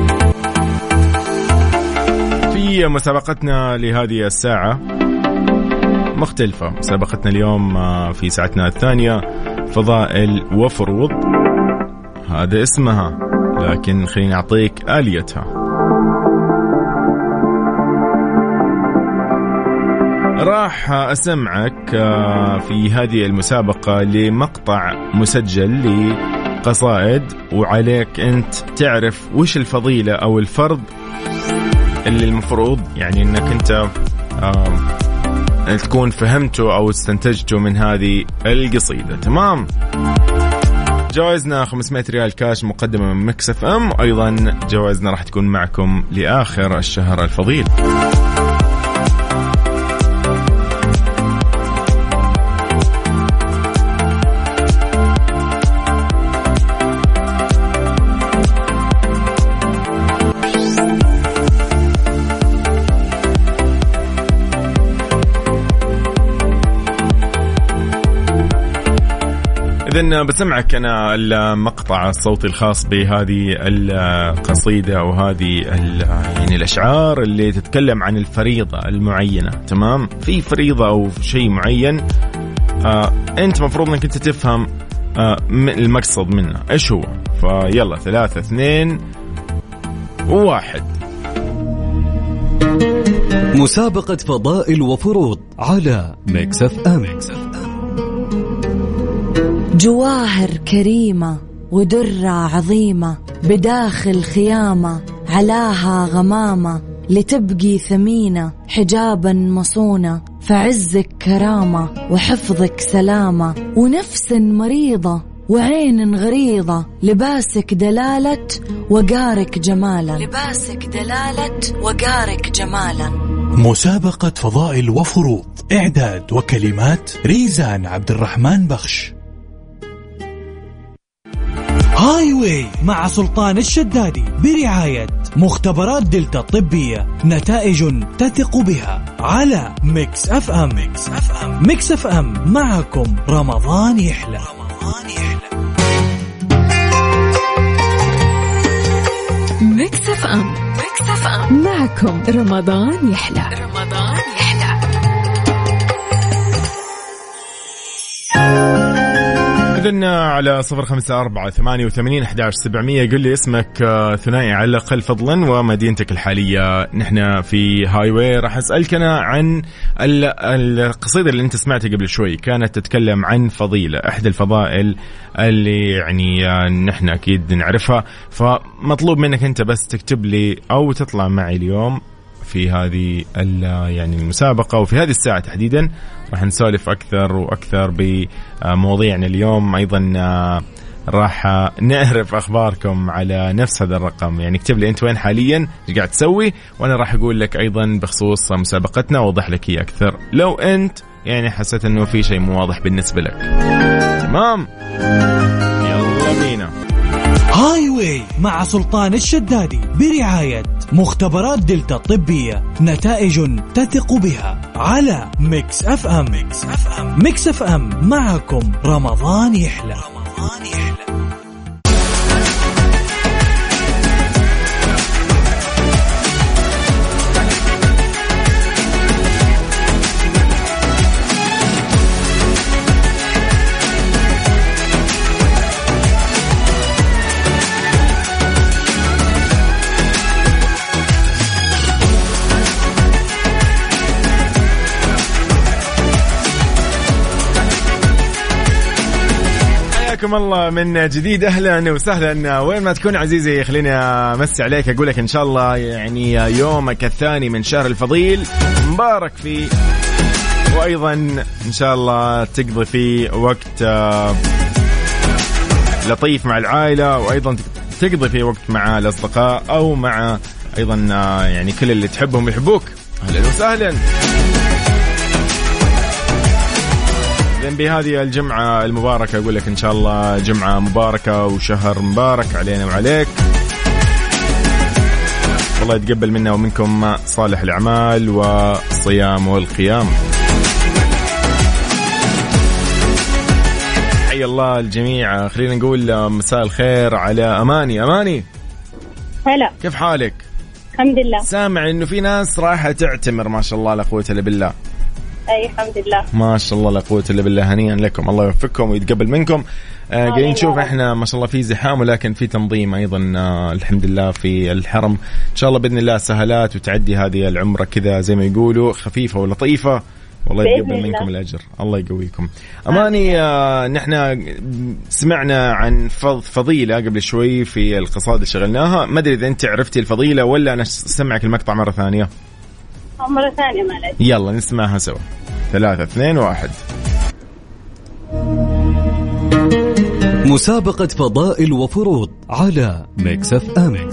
في مسابقتنا لهذه الساعة مختلفة. مسابقتنا اليوم في ساعتنا الثانية فضائل وفروض، هذا اسمها، لكن خليني أعطيك آليتها. راح أسمعك في هذه المسابقة لمقطع مسجل لقصائد، وعليك أنت تعرف وش الفضيلة أو الفرض اللي المفروض يعني أنك أنت تكون فهمته أو استنتجته من هذه القصيدة. تمام؟ جوائزنا خمسمائة ريال كاش مقدمة من ميكس اف ام، وأيضا جوائزنا راح تكون معكم لآخر الشهر الفضيل. إذن بسمعك أنا المقطع الصوتي الخاص بهذه القصيدة أو هذه يعني الأشعار اللي تتكلم عن الفريضة المعينة. تمام؟ في فريضة أو شيء معين، آه أنت مفروض أنك أنت تفهم آه المقصد منه إيش هو. فيلا ثلاثة اثنين وواحد. مسابقة فضائل وفروض على ميكس اف ام. جواهر كريمة ودرة عظيمة بداخل خيامة علاها غمامة، لتبقي ثمينة حجابا مصونة، فعزك كرامة وحفظك سلامة، ونفس مريضة وعين غريضة، لباسك دلالة وقارك جمالا، لباسك دلالة وقارك جمالا. مسابقة فضائل وفروض، إعداد وكلمات ريزان عبد الرحمن بخش. هاي واي مع سلطان الشدادي برعاية مختبرات دلتا الطبية، نتائج تثق بها على ميكس اف ام. ميكس اف ام, ميكس اف ام معكم رمضان يحلى. رمضان يحلى. ميكس اف ام. ميكس اف ام معكم رمضان يحلى. رمضان يحلى. إذن على صفر خمسة أربعة ثمانية وثمانين أحد عشر سبعمية قل لي اسمك ثنائي على الأقل فضلا ومدينتك الحالية. نحن في هاي واي راح أسألك أنا عن القصيدة اللي أنت سمعتها قبل شوي، كانت تتكلم عن فضيلة، إحدى الفضائل اللي يعني نحن أكيد نعرفها. فمطلوب منك أنت بس تكتب لي أو تطلع معي اليوم في هذه يعني المسابقة، وفي هذه الساعة تحديدا راح نسولف أكثر وأكثر بمواضيعنا اليوم. أيضا راح نعرف أخباركم على نفس هذا الرقم، يعني اكتب لي أنت وين حاليا، ايش قاعد تسوي، وأنا راح أقول لك أيضا بخصوص مسابقتنا وأوضح لك هي أكثر لو أنت يعني حسيت أنه في شيء مو واضح بالنسبة لك. تمام؟ يلا بينا. هاي واي مع سلطان الشدادي برعاية مختبرات دلتا الطبية، نتائج تثق بها على ميكس اف ام. ميكس اف ام, ميكس اف ام معكم رمضان يحلى. رمضان يحلى. حياكم الله من جديد، أهلا وسهلا وين ما تكون عزيزي. خليني أمسي عليك أقول لك إن شاء الله يعني يومك الثاني من شهر الفضيل مبارك فيه، وأيضا إن شاء الله تقضي فيه وقت لطيف مع العائلة، وأيضا تقضي فيه وقت مع الأصدقاء أو مع أيضا يعني كل اللي تحبهم يحبوك. أهلا وسهلا. بهذه الجمعة المباركة أقول لك إن شاء الله جمعة مباركة وشهر مبارك علينا وعليك. والله يتقبل منا ومنكم صالح الأعمال والصيام والقيام. حي الله الجميع. خلينا نقول مساء الخير على أماني. أماني هلا، كيف حالك؟ الحمد لله. سامع إنه في ناس رايحة تعتمر، ما شاء الله لا قوة إلا بالله. أي الحمد لله، ما شاء الله لا قوة إلا بالله. هنيئا لكم، الله يوفقكم ويتقبل منكم. آه قاعدين نشوف إحنا ما شاء الله في زحام، ولكن في تنظيم أيضا آه الحمد لله في الحرم. إن شاء الله بإذن الله سهلات وتعدي هذه العمرة كذا زي ما يقولوا خفيفة ولطيفة، والله يتقبل منكم الأجر، الله يقويكم. أماني آه نحن سمعنا عن فضيلة قبل شوي في القصائد اللي شغلناها، ما أدري إذا أنت عرفتي الفضيلة ولا أنا سمعك المقطع مرة ثانية. مرة ثانية معلش. يلا نسمعها سوا. ثلاثة اثنين واحد. مسابقة فضائل وفروض على ميكس اف ام.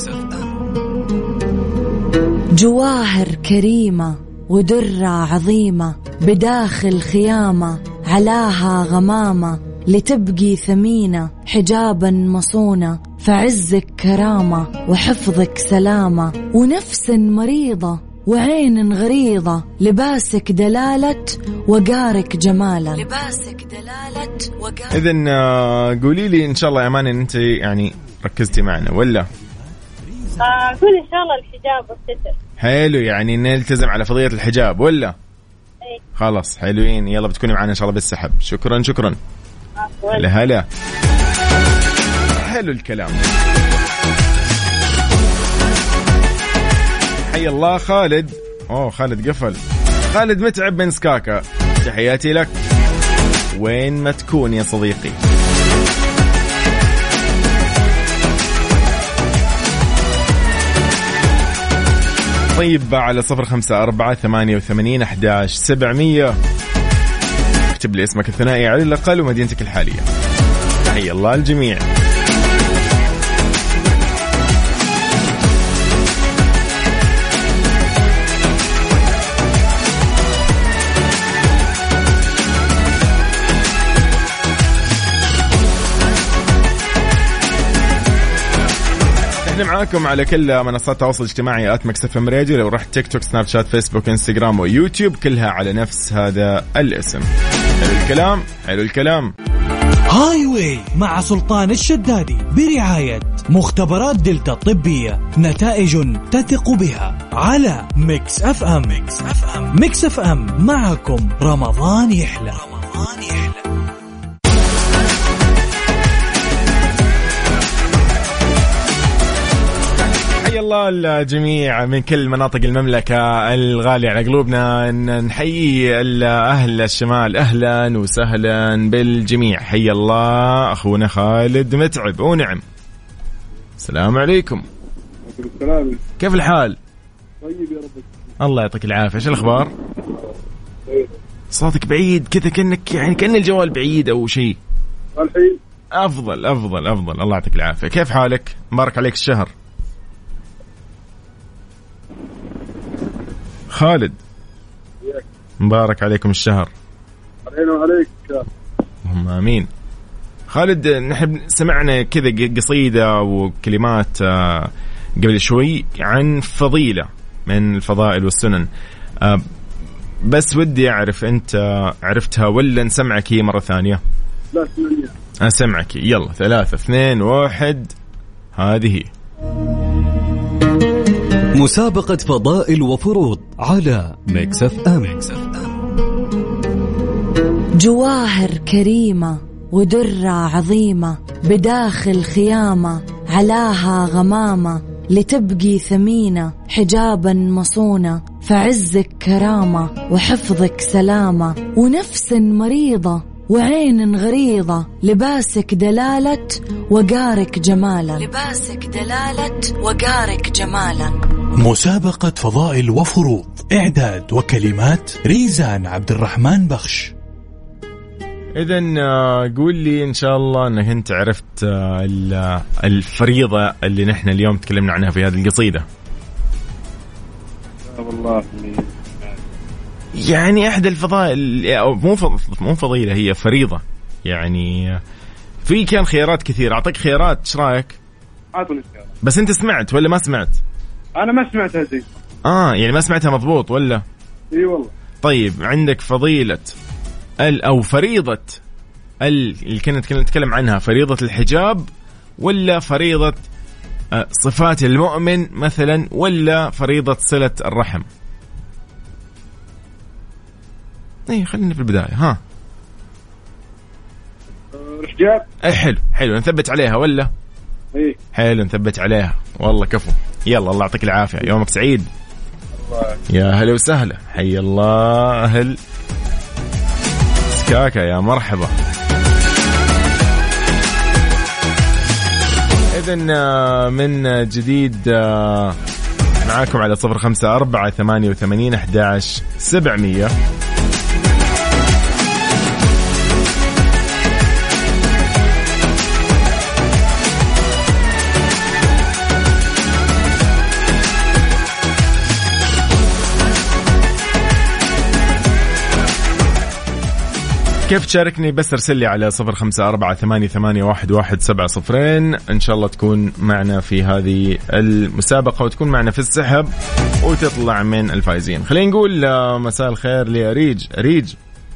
جواهر كريمة ودرة عظيمة بداخل خيامة، علاها غمامة لتبقي ثمينة، حجابا مصونة فعزك كرامة، وحفظك سلامة، ونفس مريضة وعين غريضة، لباسك دلالة وقارك جمالا، لباسك دلالة وقارك. إذن قولي لي إن شاء الله يا أماني أنت يعني ركزتي معنا ولا؟ أقول إن شاء الله الحجاب والستر. حلو، يعني نلتزم على فضيلة الحجاب ولا؟ أي. خلاص حلوين، يلا بتكوني معنا إن شاء الله بالسحب. شكرا شكرا. هلا. حلو الكلام. حي الله خالد. أوه خالد قفل. خالد متعب من سكاكا، تحياتي لك وين ما تكون يا صديقي. طيب على صفر خمسة أربعة ثمانية وثمانين أحداش سبعمية اكتب لي اسمك الثنائي على الأقل ومدينتك الحالية. حي الله الجميع. معاكم على كل منصات التواصل الاجتماعي آت ميكس اف ام راديو. لو رحت تيك توك سناب شات فيسبوك انستغرام ويوتيوب كلها على نفس هذا الاسم. حلو الكلام، حلو الكلام. هاي واي مع سلطان الشدادي برعاية مختبرات دلتا الطبية، نتائج تثق بها على ميكس اف ام. ميكس اف ام, ميكس اف ام معكم رمضان يحلى. رمضان يحلى. حي الله الجميع من كل مناطق المملكة الغالية على قلوبنا. نحيي أهل الشمال، أهلا وسهلا بالجميع. حي الله أخونا خالد متعب. ونعم. السلام عليكم. السلام. كيف الحال؟ طيب يا رب. الله يعطيك العافية. إيش الأخبار؟ صوتك بعيد كذا، كأنك يعني كأن الجوال بعيد أو شيء. الحين أفضل أفضل أفضل. الله يعطيك العافية. كيف حالك؟ مبارك عليك الشهر. خالد مبارك عليكم الشهر. علينا وعليك. اللهم آمين. خالد نحن سمعنا كذا قصيدة وكلمات قبل شوي عن فضيلة من الفضائل والسنن، بس ودي أعرف أنت عرفتها ولا نسمعك هي مرة ثانية؟ لا سمعني. أسمعك. يلا ثلاثة اثنين واحد. هذه مسابقة فضائل وفروض على ميكس اف ام. جواهر كريمة ودرة عظيمة بداخل خيامة، علاها غمامة لتبقي ثمينة، حجابا مصونة فعزك كرامة، وحفظك سلامة، ونفس مريضة وعين غريضة لباسك دلالة وقارك جمالا لباسك دلالة وقارك جمالا. مسابقة فضائل وفروض، إعداد وكلمات ريزان عبد الرحمن بخش. إذن قول لي إن شاء الله أنك أنت عرفت الفريضة اللي نحن اليوم تكلمنا عنها في هذه القصيدة. والله يعني إحدى الفضائل، مو مو فضيلة، هي فريضة. يعني في كان خيارات كثير، أعطيك خيارات، إيش رأيك؟ أعطني خيارات. بس أنت سمعت ولا ما سمعت؟ أنا ما سمعتها زي. آه يعني ما سمعتها مضبوط ولا؟ إيه والله. طيب عندك فضيلة ال أو فريضة ال اللي كنا نتكلم عنها، فريضة الحجاب ولا فريضة صفات المؤمن مثلا، ولا فريضة صلة الرحم؟ ايه خلينا في البداية. ها الحجاب. ايه حلو حلو، نثبت عليها ولا؟ ايه حلو نثبت عليها والله كفو. يلا الله يعطيك العافية، يومك سعيد. الله. يا هلا وسهلا، حي الله أهل سكاكا، يا مرحبا. إذن من جديد معاكم على صفر خمسة أربعة ثمانية وثمانين أحد عشر سبعمية. كيف تشاركني؟ بس ارسل لي على صفر خمسة أربعة ثمانية ثمانية واحد واحد سبعة صفرين. إن شاء الله تكون معنا في هذه المسابقة وتكون معنا في السحب وتطلع من الفائزين. خلينا نقول مساء الخير لأريج. أريج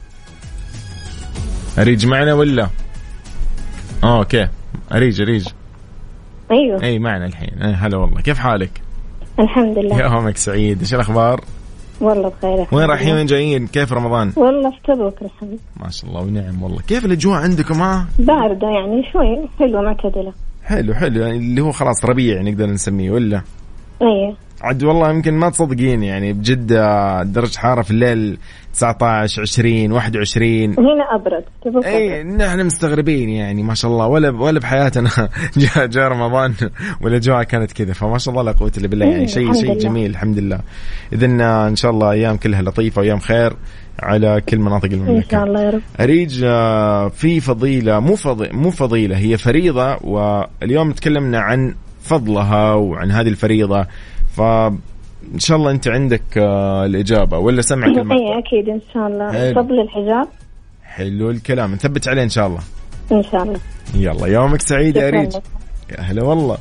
أريج معنا ولا؟ آه أوكي أريج أريج أيوه أي معنا الحين. أي هلا والله، كيف حالك؟ الحمد لله. يومك سعيد، إيش الأخبار؟ والله بخير. وين رايحين وين جايين؟ كيف رمضان؟ والله في تبوك الحمد. ما شاء الله ونعم والله. كيف الأجواء عندكم؟ ها باردة يعني شوي، حلوة معتدلة. حلو حلو، يعني اللي هو خلاص ربيع نقدر نسميه ولا؟ ايه عاد والله يمكن ما تصدقين، يعني بجدة درجة حارة في الليل تسعة عشر عشرين واحد وعشرين. هنا أبرد. اي نحن مستغربين يعني ما شاء الله، ولا ولا بحياتنا جاء جاء رمضان ولا جوا كانت كذا، فما شاء الله لا قوة إلا بالله. يعني شيء شيء جميل الحمد لله. إذن إن شاء الله أيام كلها لطيفة وأيام خير على كل مناطق المملكة إن شاء الله يا رب. أريج في فضيلة، مو فضيلة مو فضيلة هي فريضة، واليوم تكلمنا عن فضلها وعن هذه الفريضة، فإن شاء الله أنت عندك الإجابة ولا سمعك المقطع؟ أي أكيد إن شاء الله. فضل الحجاب. حلو الكلام، نثبت عليه إن شاء الله. إن شاء الله. يلا يومك سعيد يا أريج. يا أهلا والله.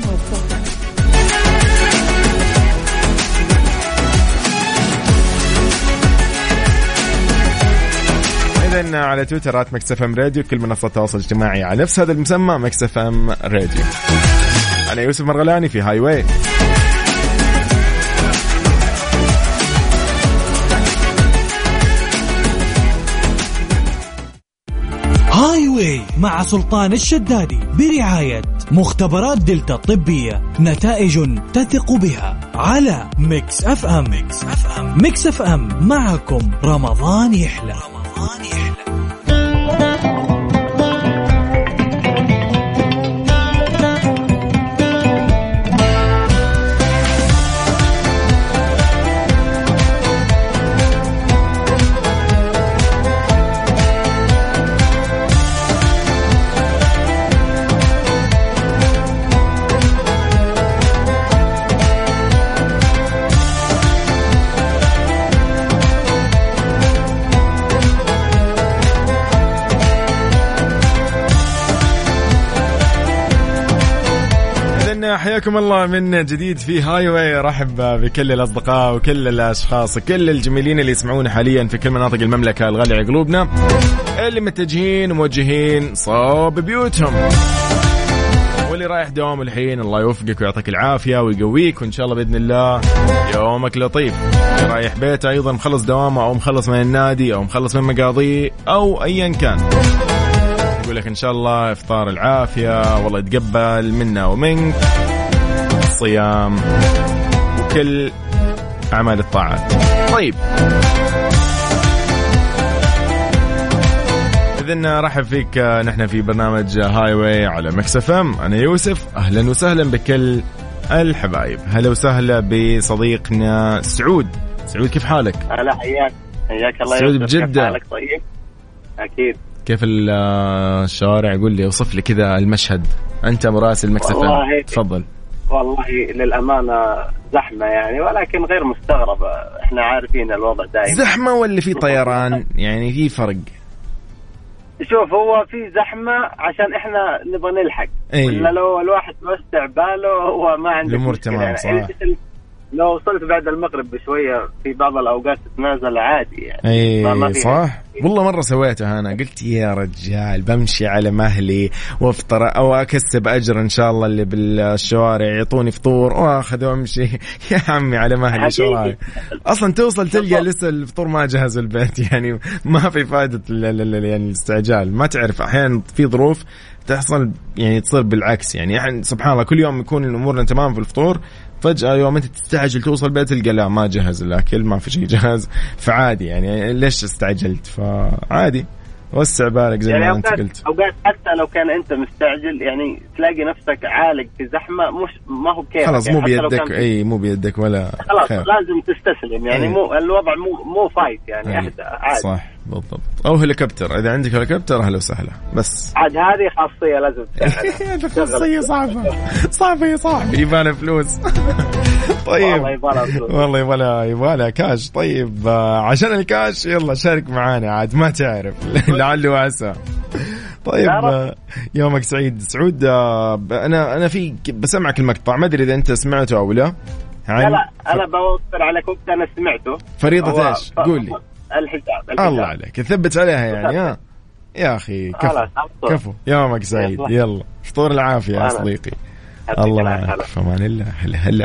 إذن على تويترات ميكس اف ام راديو، كل منصات التواصل الاجتماعي على نفس هذا المسمى ميكس اف ام راديو. أنا يوسف مرغلاني في هاي واي. هاي واي مع سلطان الشدادي برعاية مختبرات دلتا الطبية، نتائج تثق بها على ميكس اف ام. ميكس اف ام, ميكس اف ام معكم رمضان يحلى. رمضان يحلى. حياكم الله من جديد في هاي واي. رحب بكل الأصدقاء وكل الأشخاص وكل الجميلين اللي يسمعون حاليا في كل مناطق المملكة الغالية على قلوبنا، اللي متجهين وموجهين صوب بيوتهم، واللي رايح دوام الحين الله يوفقك ويعطيك العافية ويقويك، وإن شاء الله بإذن الله يومك لطيف. اللي رايح بيته أيضا مخلص دوامه أو مخلص من النادي أو مخلص من مقاضيه أو أيا كان، أقول لك إن شاء الله إفطار العافية، والله يتقبل منا ومنك الصيام وكل أعمال الطاعات. طيب إذن رحب فيك، نحن في برنامج هاي واي على ميكس اف ام. أنا يوسف، أهلا وسهلا بكل الحبايب. هلا وسهلا بصديقنا سعود. سعود كيف حالك؟ هلا حياك حياك الله سعود يوسف. بجدة. كيف حالك؟ طيب أكيد. كيف الشوارع؟ قول لي، وصف لي كذا المشهد، أنت مراسل ميكس اف ام، تفضل. والله للأمانة زحمة يعني، ولكن غير مستغربة، احنا عارفين الوضع دائما. زحمة ولا في طيران؟ يعني في فرق. شوف، هو في زحمة عشان احنا نبغى نلحق، أيه. ولا لو الواحد موسع باله هو ما عنده الأمور مشكلة تمام يعني. صح. لو وصلت بعد المغرب بشوية في بعض الأوقات تتنازل عادي يعني. اي صح، والله مرة سويتها أنا، قلت يا رجال بمشي على مهلي وافطر أو أكسب أجر إن شاء الله اللي بالشوارع يعطوني فطور وأخذ وأمشي. يا عمي على مهلي شو رايك؟ أصلا توصل تلقى لسه الفطور ما جهز البيت، يعني ما في فائدة يعني الاستعجال. ما تعرف أحيانا في ظروف تحصل يعني تصير بالعكس، يعني, يعني سبحان الله كل يوم يكون الأمور تمام في الفطور، فجأة يوم أنت تستعجل توصل بيت تلقى لا ما جهز الأكل، ما في شيء جاهز، فعادي يعني ليش استعجلت؟ فعادي وسع بالك زي يعني ما أنت قلت. أوقات حتى لو كان أنت مستعجل يعني تلاقي نفسك عالق في زحمة، مش ما هو كيف خلاص يعني، مو بيدك، أي مو بيدك ولا خلاص خير. لازم تستسلم يعني. مو الوضع مو مو فايت يعني، أهدى عادي. صح بالضبط. أو هليكوبتر، إذا عندك هليكوبتر أهلا وسهلا. بس عاد هذه خاصية لازم هذه خاصية صعبة صعبة يا صاحبي، يبالها فلوس. طيب والله يبالها فلوس، والله يبالها يبالها كاش. طيب عشان الكاش يلا شارك معانا، عاد ما تعرف لعله وعسى. طيب يومك سعيد سعود. أنا أنا في بسمعك المقطع، ما أدري إذا أنت سمعته أو لا. لا لا أنا بوصل على كنت أنا سمعته. فريضة إيش؟ قول لي. الحجاب. الحجاب الله عليك، ثبت عليها يعني. ها يا أخي كفو كفو. يومك سعيد، يلا فطور العافية يا صديقي. الله معك، فمان الله. هلا هلا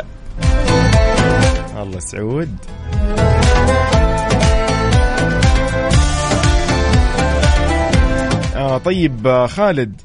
الله سعود. آه طيب خالد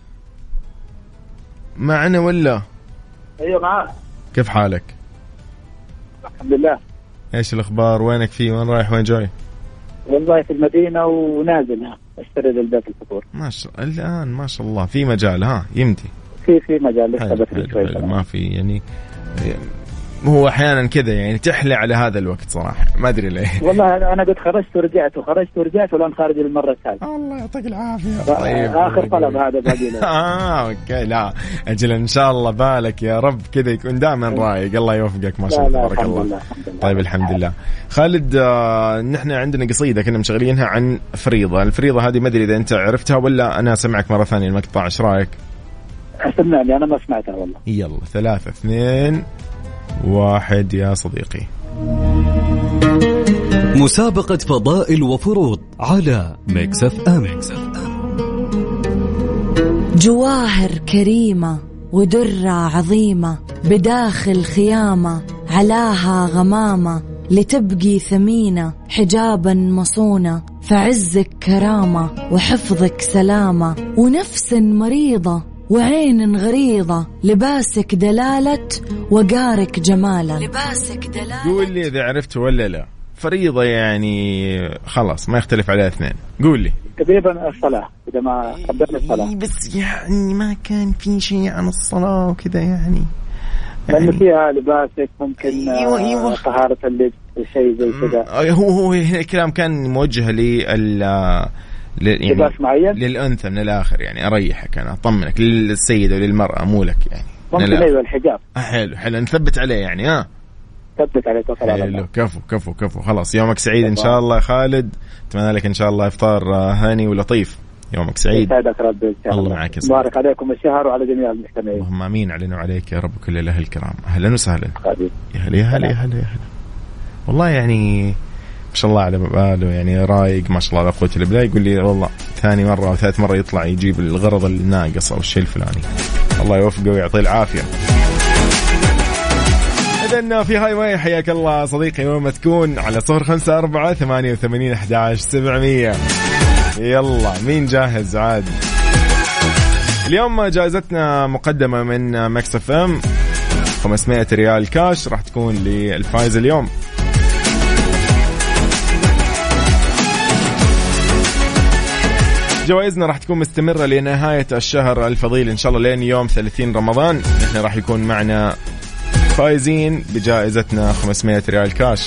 معنا ولا؟ ايوه معاك. كيف حالك؟ الحمد لله. ايش الاخبار؟ وينك فيه؟ وين رايح وين جاي؟ والله في المدينه ونازل استرد البيت الفطور. ما شاء الان ما شاء الله في مجال. ها يمدي في في مجال لسه بس شوي ما في يعني. هو احيانا كذا يعني تحلى على هذا الوقت صراحه، ما ادري ليه. والله انا قد خرجت ورجعت وخرجت ورجعت والان خارج المره الثالثه. الله يعطيك العافيه. طيب اخر طلب هذا باقي له. اه اوكي. لا اجل ان شاء الله بالك يا رب كذا يكون دائما رايق. الله يوفقك ما شاء الله تبارك الله. الله. طيب الحمد لله. خالد آه نحن عندنا قصيده كنا مشغلينها عن فريضه. الفريضه هذه ما ادري اذا انت عرفتها ولا انا سمعك مره ثانيه المقطع، ايش رايك؟ سمعني انا ما سمعتها والله. يلا ثلاثة اثنين واحد يا صديقي. مسابقة فضائل وفروض على ميكس اف ام. جواهر كريمة ودرة عظيمة بداخل خيامة علاها غمامة لتبقي ثمينة حجابا مصونة فعزك كرامة وحفظك سلامة ونفس مريضة وعين غريضة لباسك دلالة وقارك جمالا. لباسك دلالة. قول لي إذا عرفت ولا لا. فريضة يعني خلاص ما يختلف عليها اثنين. قول لي. تقريبا الصلاة إذا ما قدرنا الصلاة. بس يعني ما كان في شيء عن الصلاة وكذا يعني. لأن يعني فيها لباسك ممكن أيوة أيوة. طهارة اللبس شيء زي كذا. هو هو الكلام كان موجه لل يعني لباس معين للأنثى من الآخر يعني أريحك أنا أطمنك للسيد وللمرأة مو لك يعني. ممكن أيوة الحجاب. حلو حلو نثبت عليه يعني. ها ثبت عليه توكل على الله. كفو كفو كفو. خلاص يومك سعيد إن شاء الله خالد. أتمنى لك إن شاء الله إفطار هاني ولطيف. يومك سعيد. يسعدك رب إن شاء الله. الله معك. مبارك عليكم الشهر وعلى جميع المستمعين. اللهم آمين علينا وعليك يا رب كل الأهل الكرام. أهلا وسهلا. يا هلا يا هلا يا هلا يا هلا. والله يعني ما شاء الله على باله يعني رايق ما شاء الله لا قوة إلا بالله. يقول لي والله ثاني مرة أو ثالث مرة يطلع يجيب الغرض الناقص أو الشيء الفلاني. الله يوفقه ويعطيه العافية. إذن في هاي واي حياك الله صديقي يوم تكون على صفر خمسة أربعة ثمانية وثمانين أحد عشر سبعمية. يلا مين جاهز عاد؟ اليوم جائزتنا مقدمة من ميكس اف ام خمسمائة ريال كاش راح تكون للفائز اليوم. جوائزنا راح تكون مستمرة لنهاية الشهر الفضيل إن شاء الله لين يوم ثلاثين رمضان. نحن راح يكون معنا فائزين بجائزتنا خمسمائة ريال كاش.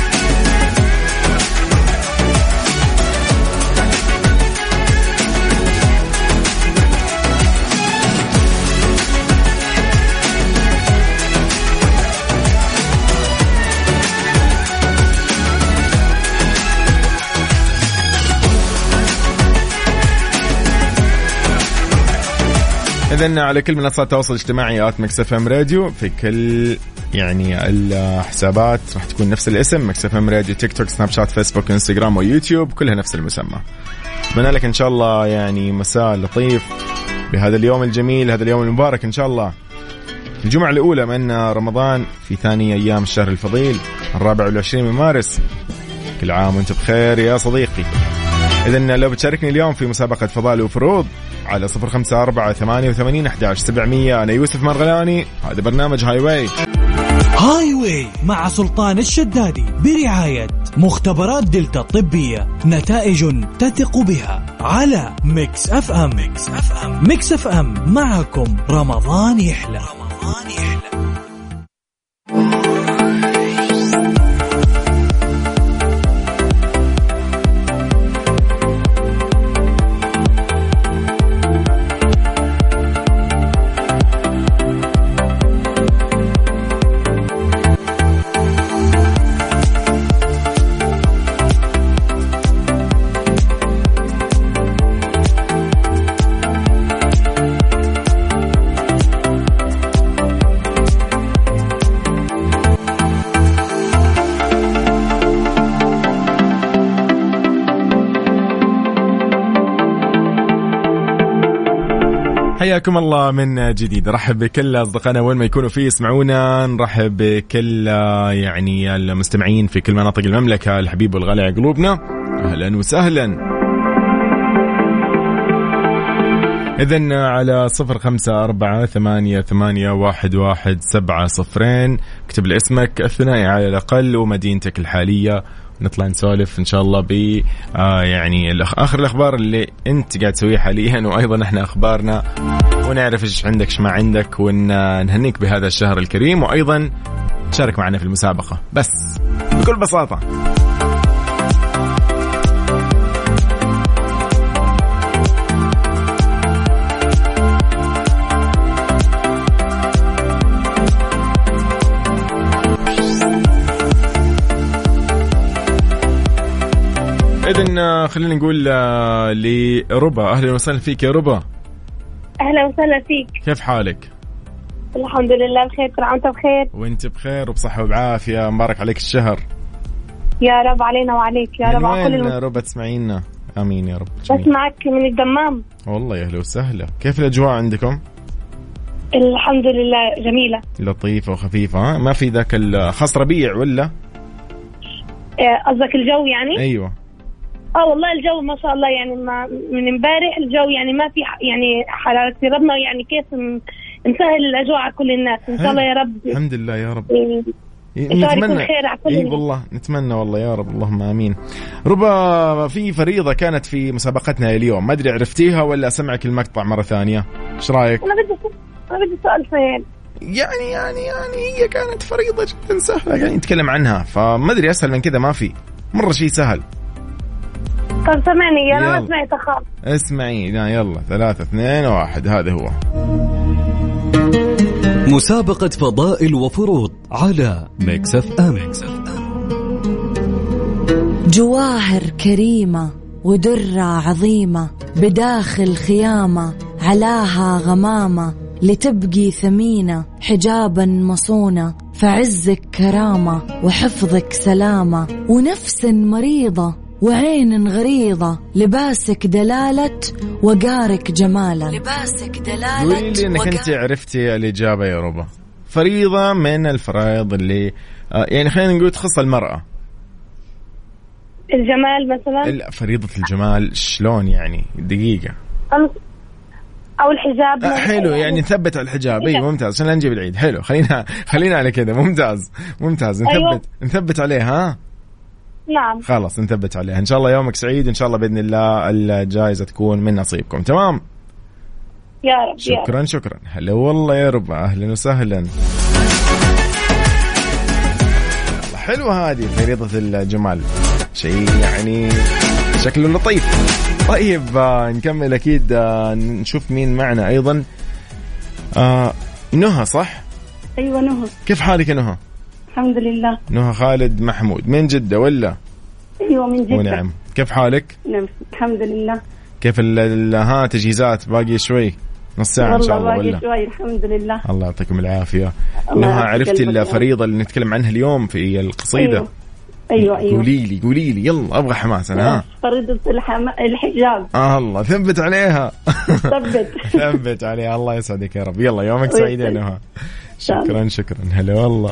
إذن على كل منصات التواصل الاجتماعي آت ميكس اف ام راديو، في كل يعني الحسابات راح تكون نفس الاسم ميكس اف ام راديو، تيك توك سناب شات فيسبوك انستغرام ويوتيوب كلها نفس المسمى. أتمنى لك إن شاء الله يعني مساء لطيف بهذا اليوم الجميل، هذا اليوم المبارك إن شاء الله، الجمعة الأولى من رمضان في ثاني أيام الشهر الفضيل الرابع والعشرين من مارس. كل عام وأنت بخير يا صديقي. إذن لو بتشاركني اليوم في مسابقة فضاء وفروض على صفر خمسة أربعة ثمانية وثمانين أحد عشر سبعمية. أنا يوسف مرغلاني، هذا برنامج هاي واي. هاي واي مع سلطان الشدادي برعاية مختبرات دلتا الطبية، نتائج تثق بها على ميكس اف ام. ميكس اف ام, ميكس اف ام معكم رمضان يحلى. رمضان يحلى. حياكم الله من جديد. رحب بكل أصدقائنا وين ما يكونوا فيه يسمعونا، نرحب بكل يعني المستمعين في كل مناطق المملكة الحبيب والغالي على قلوبنا، أهلا وسهلا. إذن على صفر خمسة أربعة ثمانية ثمانية واحد واحد سبعة صفرين اكتب لاسمك الثنائي على الأقل ومدينتك الحالية، نطلع نسولف إن شاء الله ب آه يعني آخر الأخبار اللي أنت قاعد تسويها حاليا، وأيضا إحنا أخبارنا، ونعرف إيش عندك إيش ما عندك، ونهنيك بهذا الشهر الكريم، وأيضا تشارك معنا في المسابقة بس بكل بساطة. إذن خلينا نقول لربا، أهلا وسهلا فيك يا ربا. أهلا وسهلا فيك، كيف حالك؟ الحمد لله بخير، كل عام وأنت بخير. وأنت بخير وبصحة وبعافية، مبارك عليك الشهر. يا رب علينا وعليك يا رب. على كل الم... ربا تسمعينا، آمين يا رب. بسمعك من الدمام. والله يا أهلا وسهلا، كيف الأجواء عندكم؟ الحمد لله جميلة لطيفة وخفيفة، ها ما في ذاك الخاص ربيع ولا؟ قصدك الجو يعني؟ أيوة. اه والله الجو ما شاء الله يعني، ما من امبارح الجو يعني ما في يعني حرارة ربنا يعني كيف نسهل الأجواء على كل الناس إن شاء الله يا رب. الحمد لله يا رب. نتمنى خير على كل الناس. والله نتمنى والله يا رب، اللهم آمين. ربا في فريضة كانت في مسابقتنا اليوم، ما أدري عرفتيها ولا أسمعك المقطع مرة ثانية، إيش رأيك؟ أنا بدي أنا بدي سؤال سهل. يعني يعني يعني هي كانت فريضة جدا سهلة يعني نتكلم عنها، فما أدري أسهل من كذا ما في، مرة شيء سهل. طب سمعني أنا ما سمعت أخاف. اسمعي لا يلا ثلاثة اثنين واحد، هذا هو مسابقة فضائل وفروض على ميكس اف ام. جواهر كريمة ودرة عظيمة بداخل خيامة، علاها غمامة لتبقي ثمينة، حجابا مصونة فعزك كرامة، وحفظك سلامة، ونفس مريضة وعين غريضة، لباسك دلالة وقارك جمالا. لباسك دلالة قولي لي انك انت عرفتي الإجابة يا ربا. فريضة من الفرائض اللي آه يعني خلينا نقول تخص المرأة. الجمال مثلا؟ لا فريضة الجمال شلون يعني؟ دقيقة. أو الحجاب. آه حلو يعني نثبت على الحجاب. أيوة ممتاز عشان لا نجيب العيد. حلو خلينا خلينا على كده. ممتاز ممتاز نثبت أيوة. نثبت عليه ها. نعم. خلاص نثبت عليها. إن شاء الله يومك سعيد، إن شاء الله بإذن الله الجائزة تكون من نصيبكم. تمام. يا رب. شكرا يا رب. شكرا. هلا والله يا رب، أهلا وسهلا. حلوة هذه فريضة الجمال، شيء يعني شكله لطيف. طيب آه نكمل أكيد. آه نشوف مين معنا أيضا. آه نهى صح؟ أيوة نهى. كيف حالك يا نهى؟ الحمد لله. نهى خالد محمود من جدة ولا؟ أيوة من جدة. ونعم. كيف حالك؟ نعم الحمد لله. كيف ال ها تجهيزات؟ باقي شوي، نص ساعة إن شاء الله ولا؟ باقي شوي الحمد لله. الله يعطيكم العافية. نهى عرفتي الفريضة اللي نتكلم عنها اليوم في القصيدة؟ أيوة. أيوة أيوة. قولي لي قولي لي يلا، أبغى حماس أنا. ها فريضة الحم... الحجاب. آه الله ثبت عليها. ثبت. ثبت عليها. الله يسعدك يا رب. يلا يومك سعيد يا نهى. شكرا شكرا. هلا والله.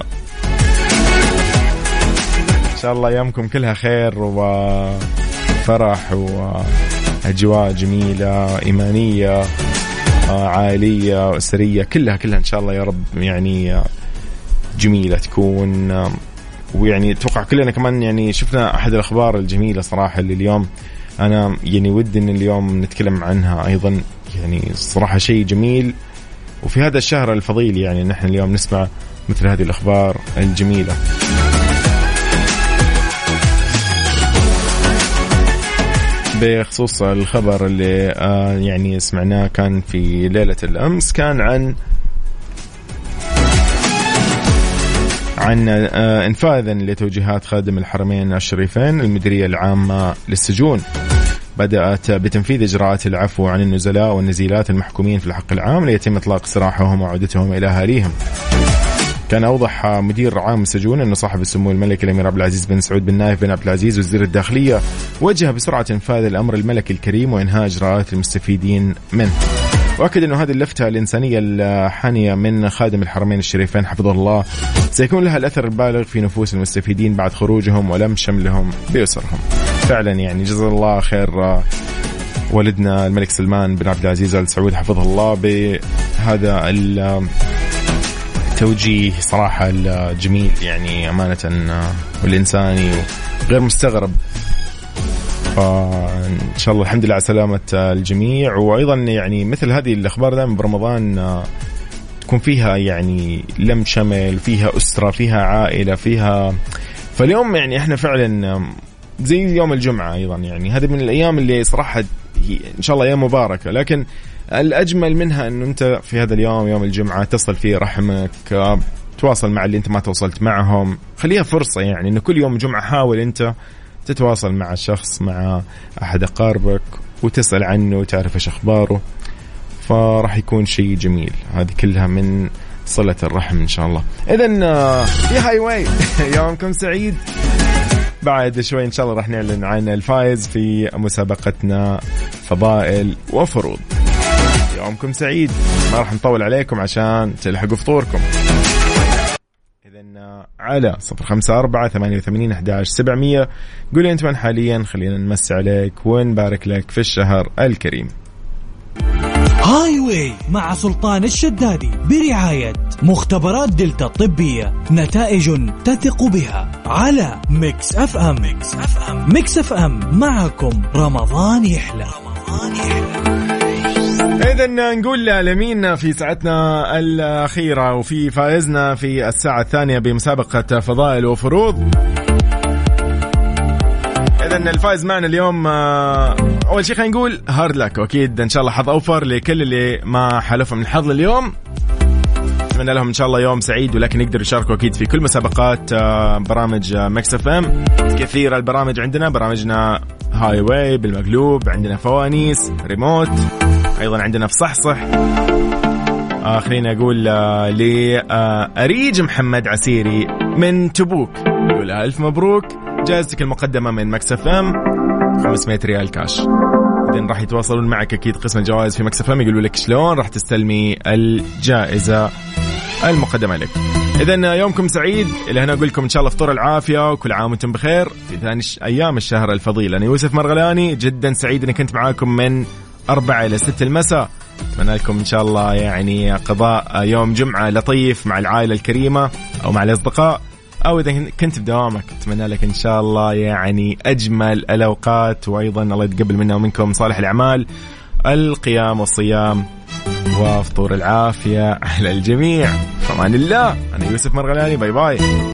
إن شاء الله أيامكم كلها خير وفرح وأجواء جميلة إيمانية عائلية أسرية، كلها كلها إن شاء الله يا رب يعني جميلة تكون. ويعني أتوقع كلنا كمان يعني شفنا أحد الأخبار الجميلة صراحة اللي اليوم أنا يعني ودي إن اليوم نتكلم عنها أيضا. يعني صراحة شيء جميل، وفي هذا الشهر الفضيل يعني نحن اليوم نسمع مثل هذه الأخبار الجميلة. بخصوص الخبر اللي آه يعني سمعناه كان في ليلة الأمس، كان عن عن آه انفاذا لتوجيهات خادم الحرمين الشريفين المديرية العامة للسجون، بدأت بتنفيذ إجراءات العفو عن النزلاء والنزيلات المحكومين في الحق العام ليتم إطلاق سراحهم وعودتهم إلى أهاليهم. كان أوضح مدير عام السجون أن صاحب السمو الملكي الأمير عبد العزيز بن سعود بن نايف بن عبد العزيز وزير الداخلية وجه بسرعة إنفاذ الأمر الملكي الكريم وإنهاء إجراءات المستفيدين منه. وأكد أن هذه اللفتة الإنسانية الحانية من خادم الحرمين الشريفين حفظه الله سيكون لها الأثر البالغ في نفوس المستفيدين بعد خروجهم ولم شملهم بأسرهم. فعلا يعني جزا الله خير والدنا الملك سلمان بن عبد العزيز آل سعود حفظه الله بهذا التوجيه صراحة الجميل يعني أمانة والإنساني وغير مستغرب. فإن شاء الله الحمد لله على سلامة الجميع. وأيضا يعني مثل هذه الأخبار دائما برمضان تكون فيها يعني لم شمل، فيها أسرة، فيها عائلة، فيها فاليوم يعني إحنا فعلا زي يوم الجمعة أيضا يعني هذه من الأيام اللي صراحة إن شاء الله أيام مباركة، لكن الأجمل منها أنه أنت في هذا اليوم يوم الجمعة تصل فيه رحمك، تواصل مع اللي أنت ما تواصلت معهم. خليها فرصة يعني أنه كل يوم جمعة حاول أنت تتواصل مع شخص، مع أحد أقاربك وتسأل عنه وتعرف إيش أخباره، فراح يكون شيء جميل. هذه كلها من صلة الرحم إن شاء الله. إذن يا هاي واي يومكم سعيد. بعد شوي إن شاء الله راح نعلن عن الفائز في مسابقتنا فضائل وفروض. يومكم سعيد، ما راح نطول عليكم عشان تلحقوا فطوركم. إذن على صفر خمسة أربعة ثمانية وثمانين أحد عشر سبعمية قولي أنت وين حاليا، خلينا نمسي عليك ونبارك لك في الشهر الكريم. هاي واي مع سلطان الشدادي برعاية مختبرات دلتا الطبية، نتائج تثق بها على ميكس اف ام. ميكس اف ام, ميكس أف أم معكم رمضان يحلى. رمضان يحلى. إذن نقول لمين في ساعتنا الأخيرة وفي فائزنا في الساعة الثانية بمسابقة فضائل وفروض. إذن الفائز معنا اليوم أول شيء خلينا نقول هارد لك، وأكيد إن شاء الله حظ أوفر لكل اللي ما حلفوا من الحظ اليوم. أتمنى لهم إن شاء الله يوم سعيد، ولكن يقدروا يشاركوا أكيد في كل مسابقات برامج ميكس اف ام. كثير البرامج عندنا، برامجنا هاي واي بالمقلوب، عندنا فوانيس ريموت، أيضا عندنا في صحصح. آه خليني أقول آه لأريج محمد عسيري من تبوك، يقول ألف مبروك، جائزتك المقدمة من ميكس اف ام خمسمية ريال كاش. إذن راح يتواصلون معك أكيد قسم الجوائز في ميكس اف ام، يقولوا لك شلون راح تستلمي الجائزة المقدمة لك. إذن يومكم سعيد. إلى هنا أقول لكم إن شاء الله فطور العافية وكل عام وانتم بخير في ثاني أيام الشهر الفضيل. أنا يوسف مرغلاني، جدا سعيد أني كنت معاكم من أربعة إلى ستة المساء. أتمنى لكم إن شاء الله يعني قضاء يوم جمعة لطيف مع العائلة الكريمة أو مع الأصدقاء. أو إذا كنت بدوامك أتمنى لك إن شاء الله يعني أجمل الأوقات، وأيضا الله يتقبل منا ومنكم صالح الأعمال، القيام والصيام وفطور العافية على الجميع. فمان الله، أنا يوسف مرغلاني، باي باي.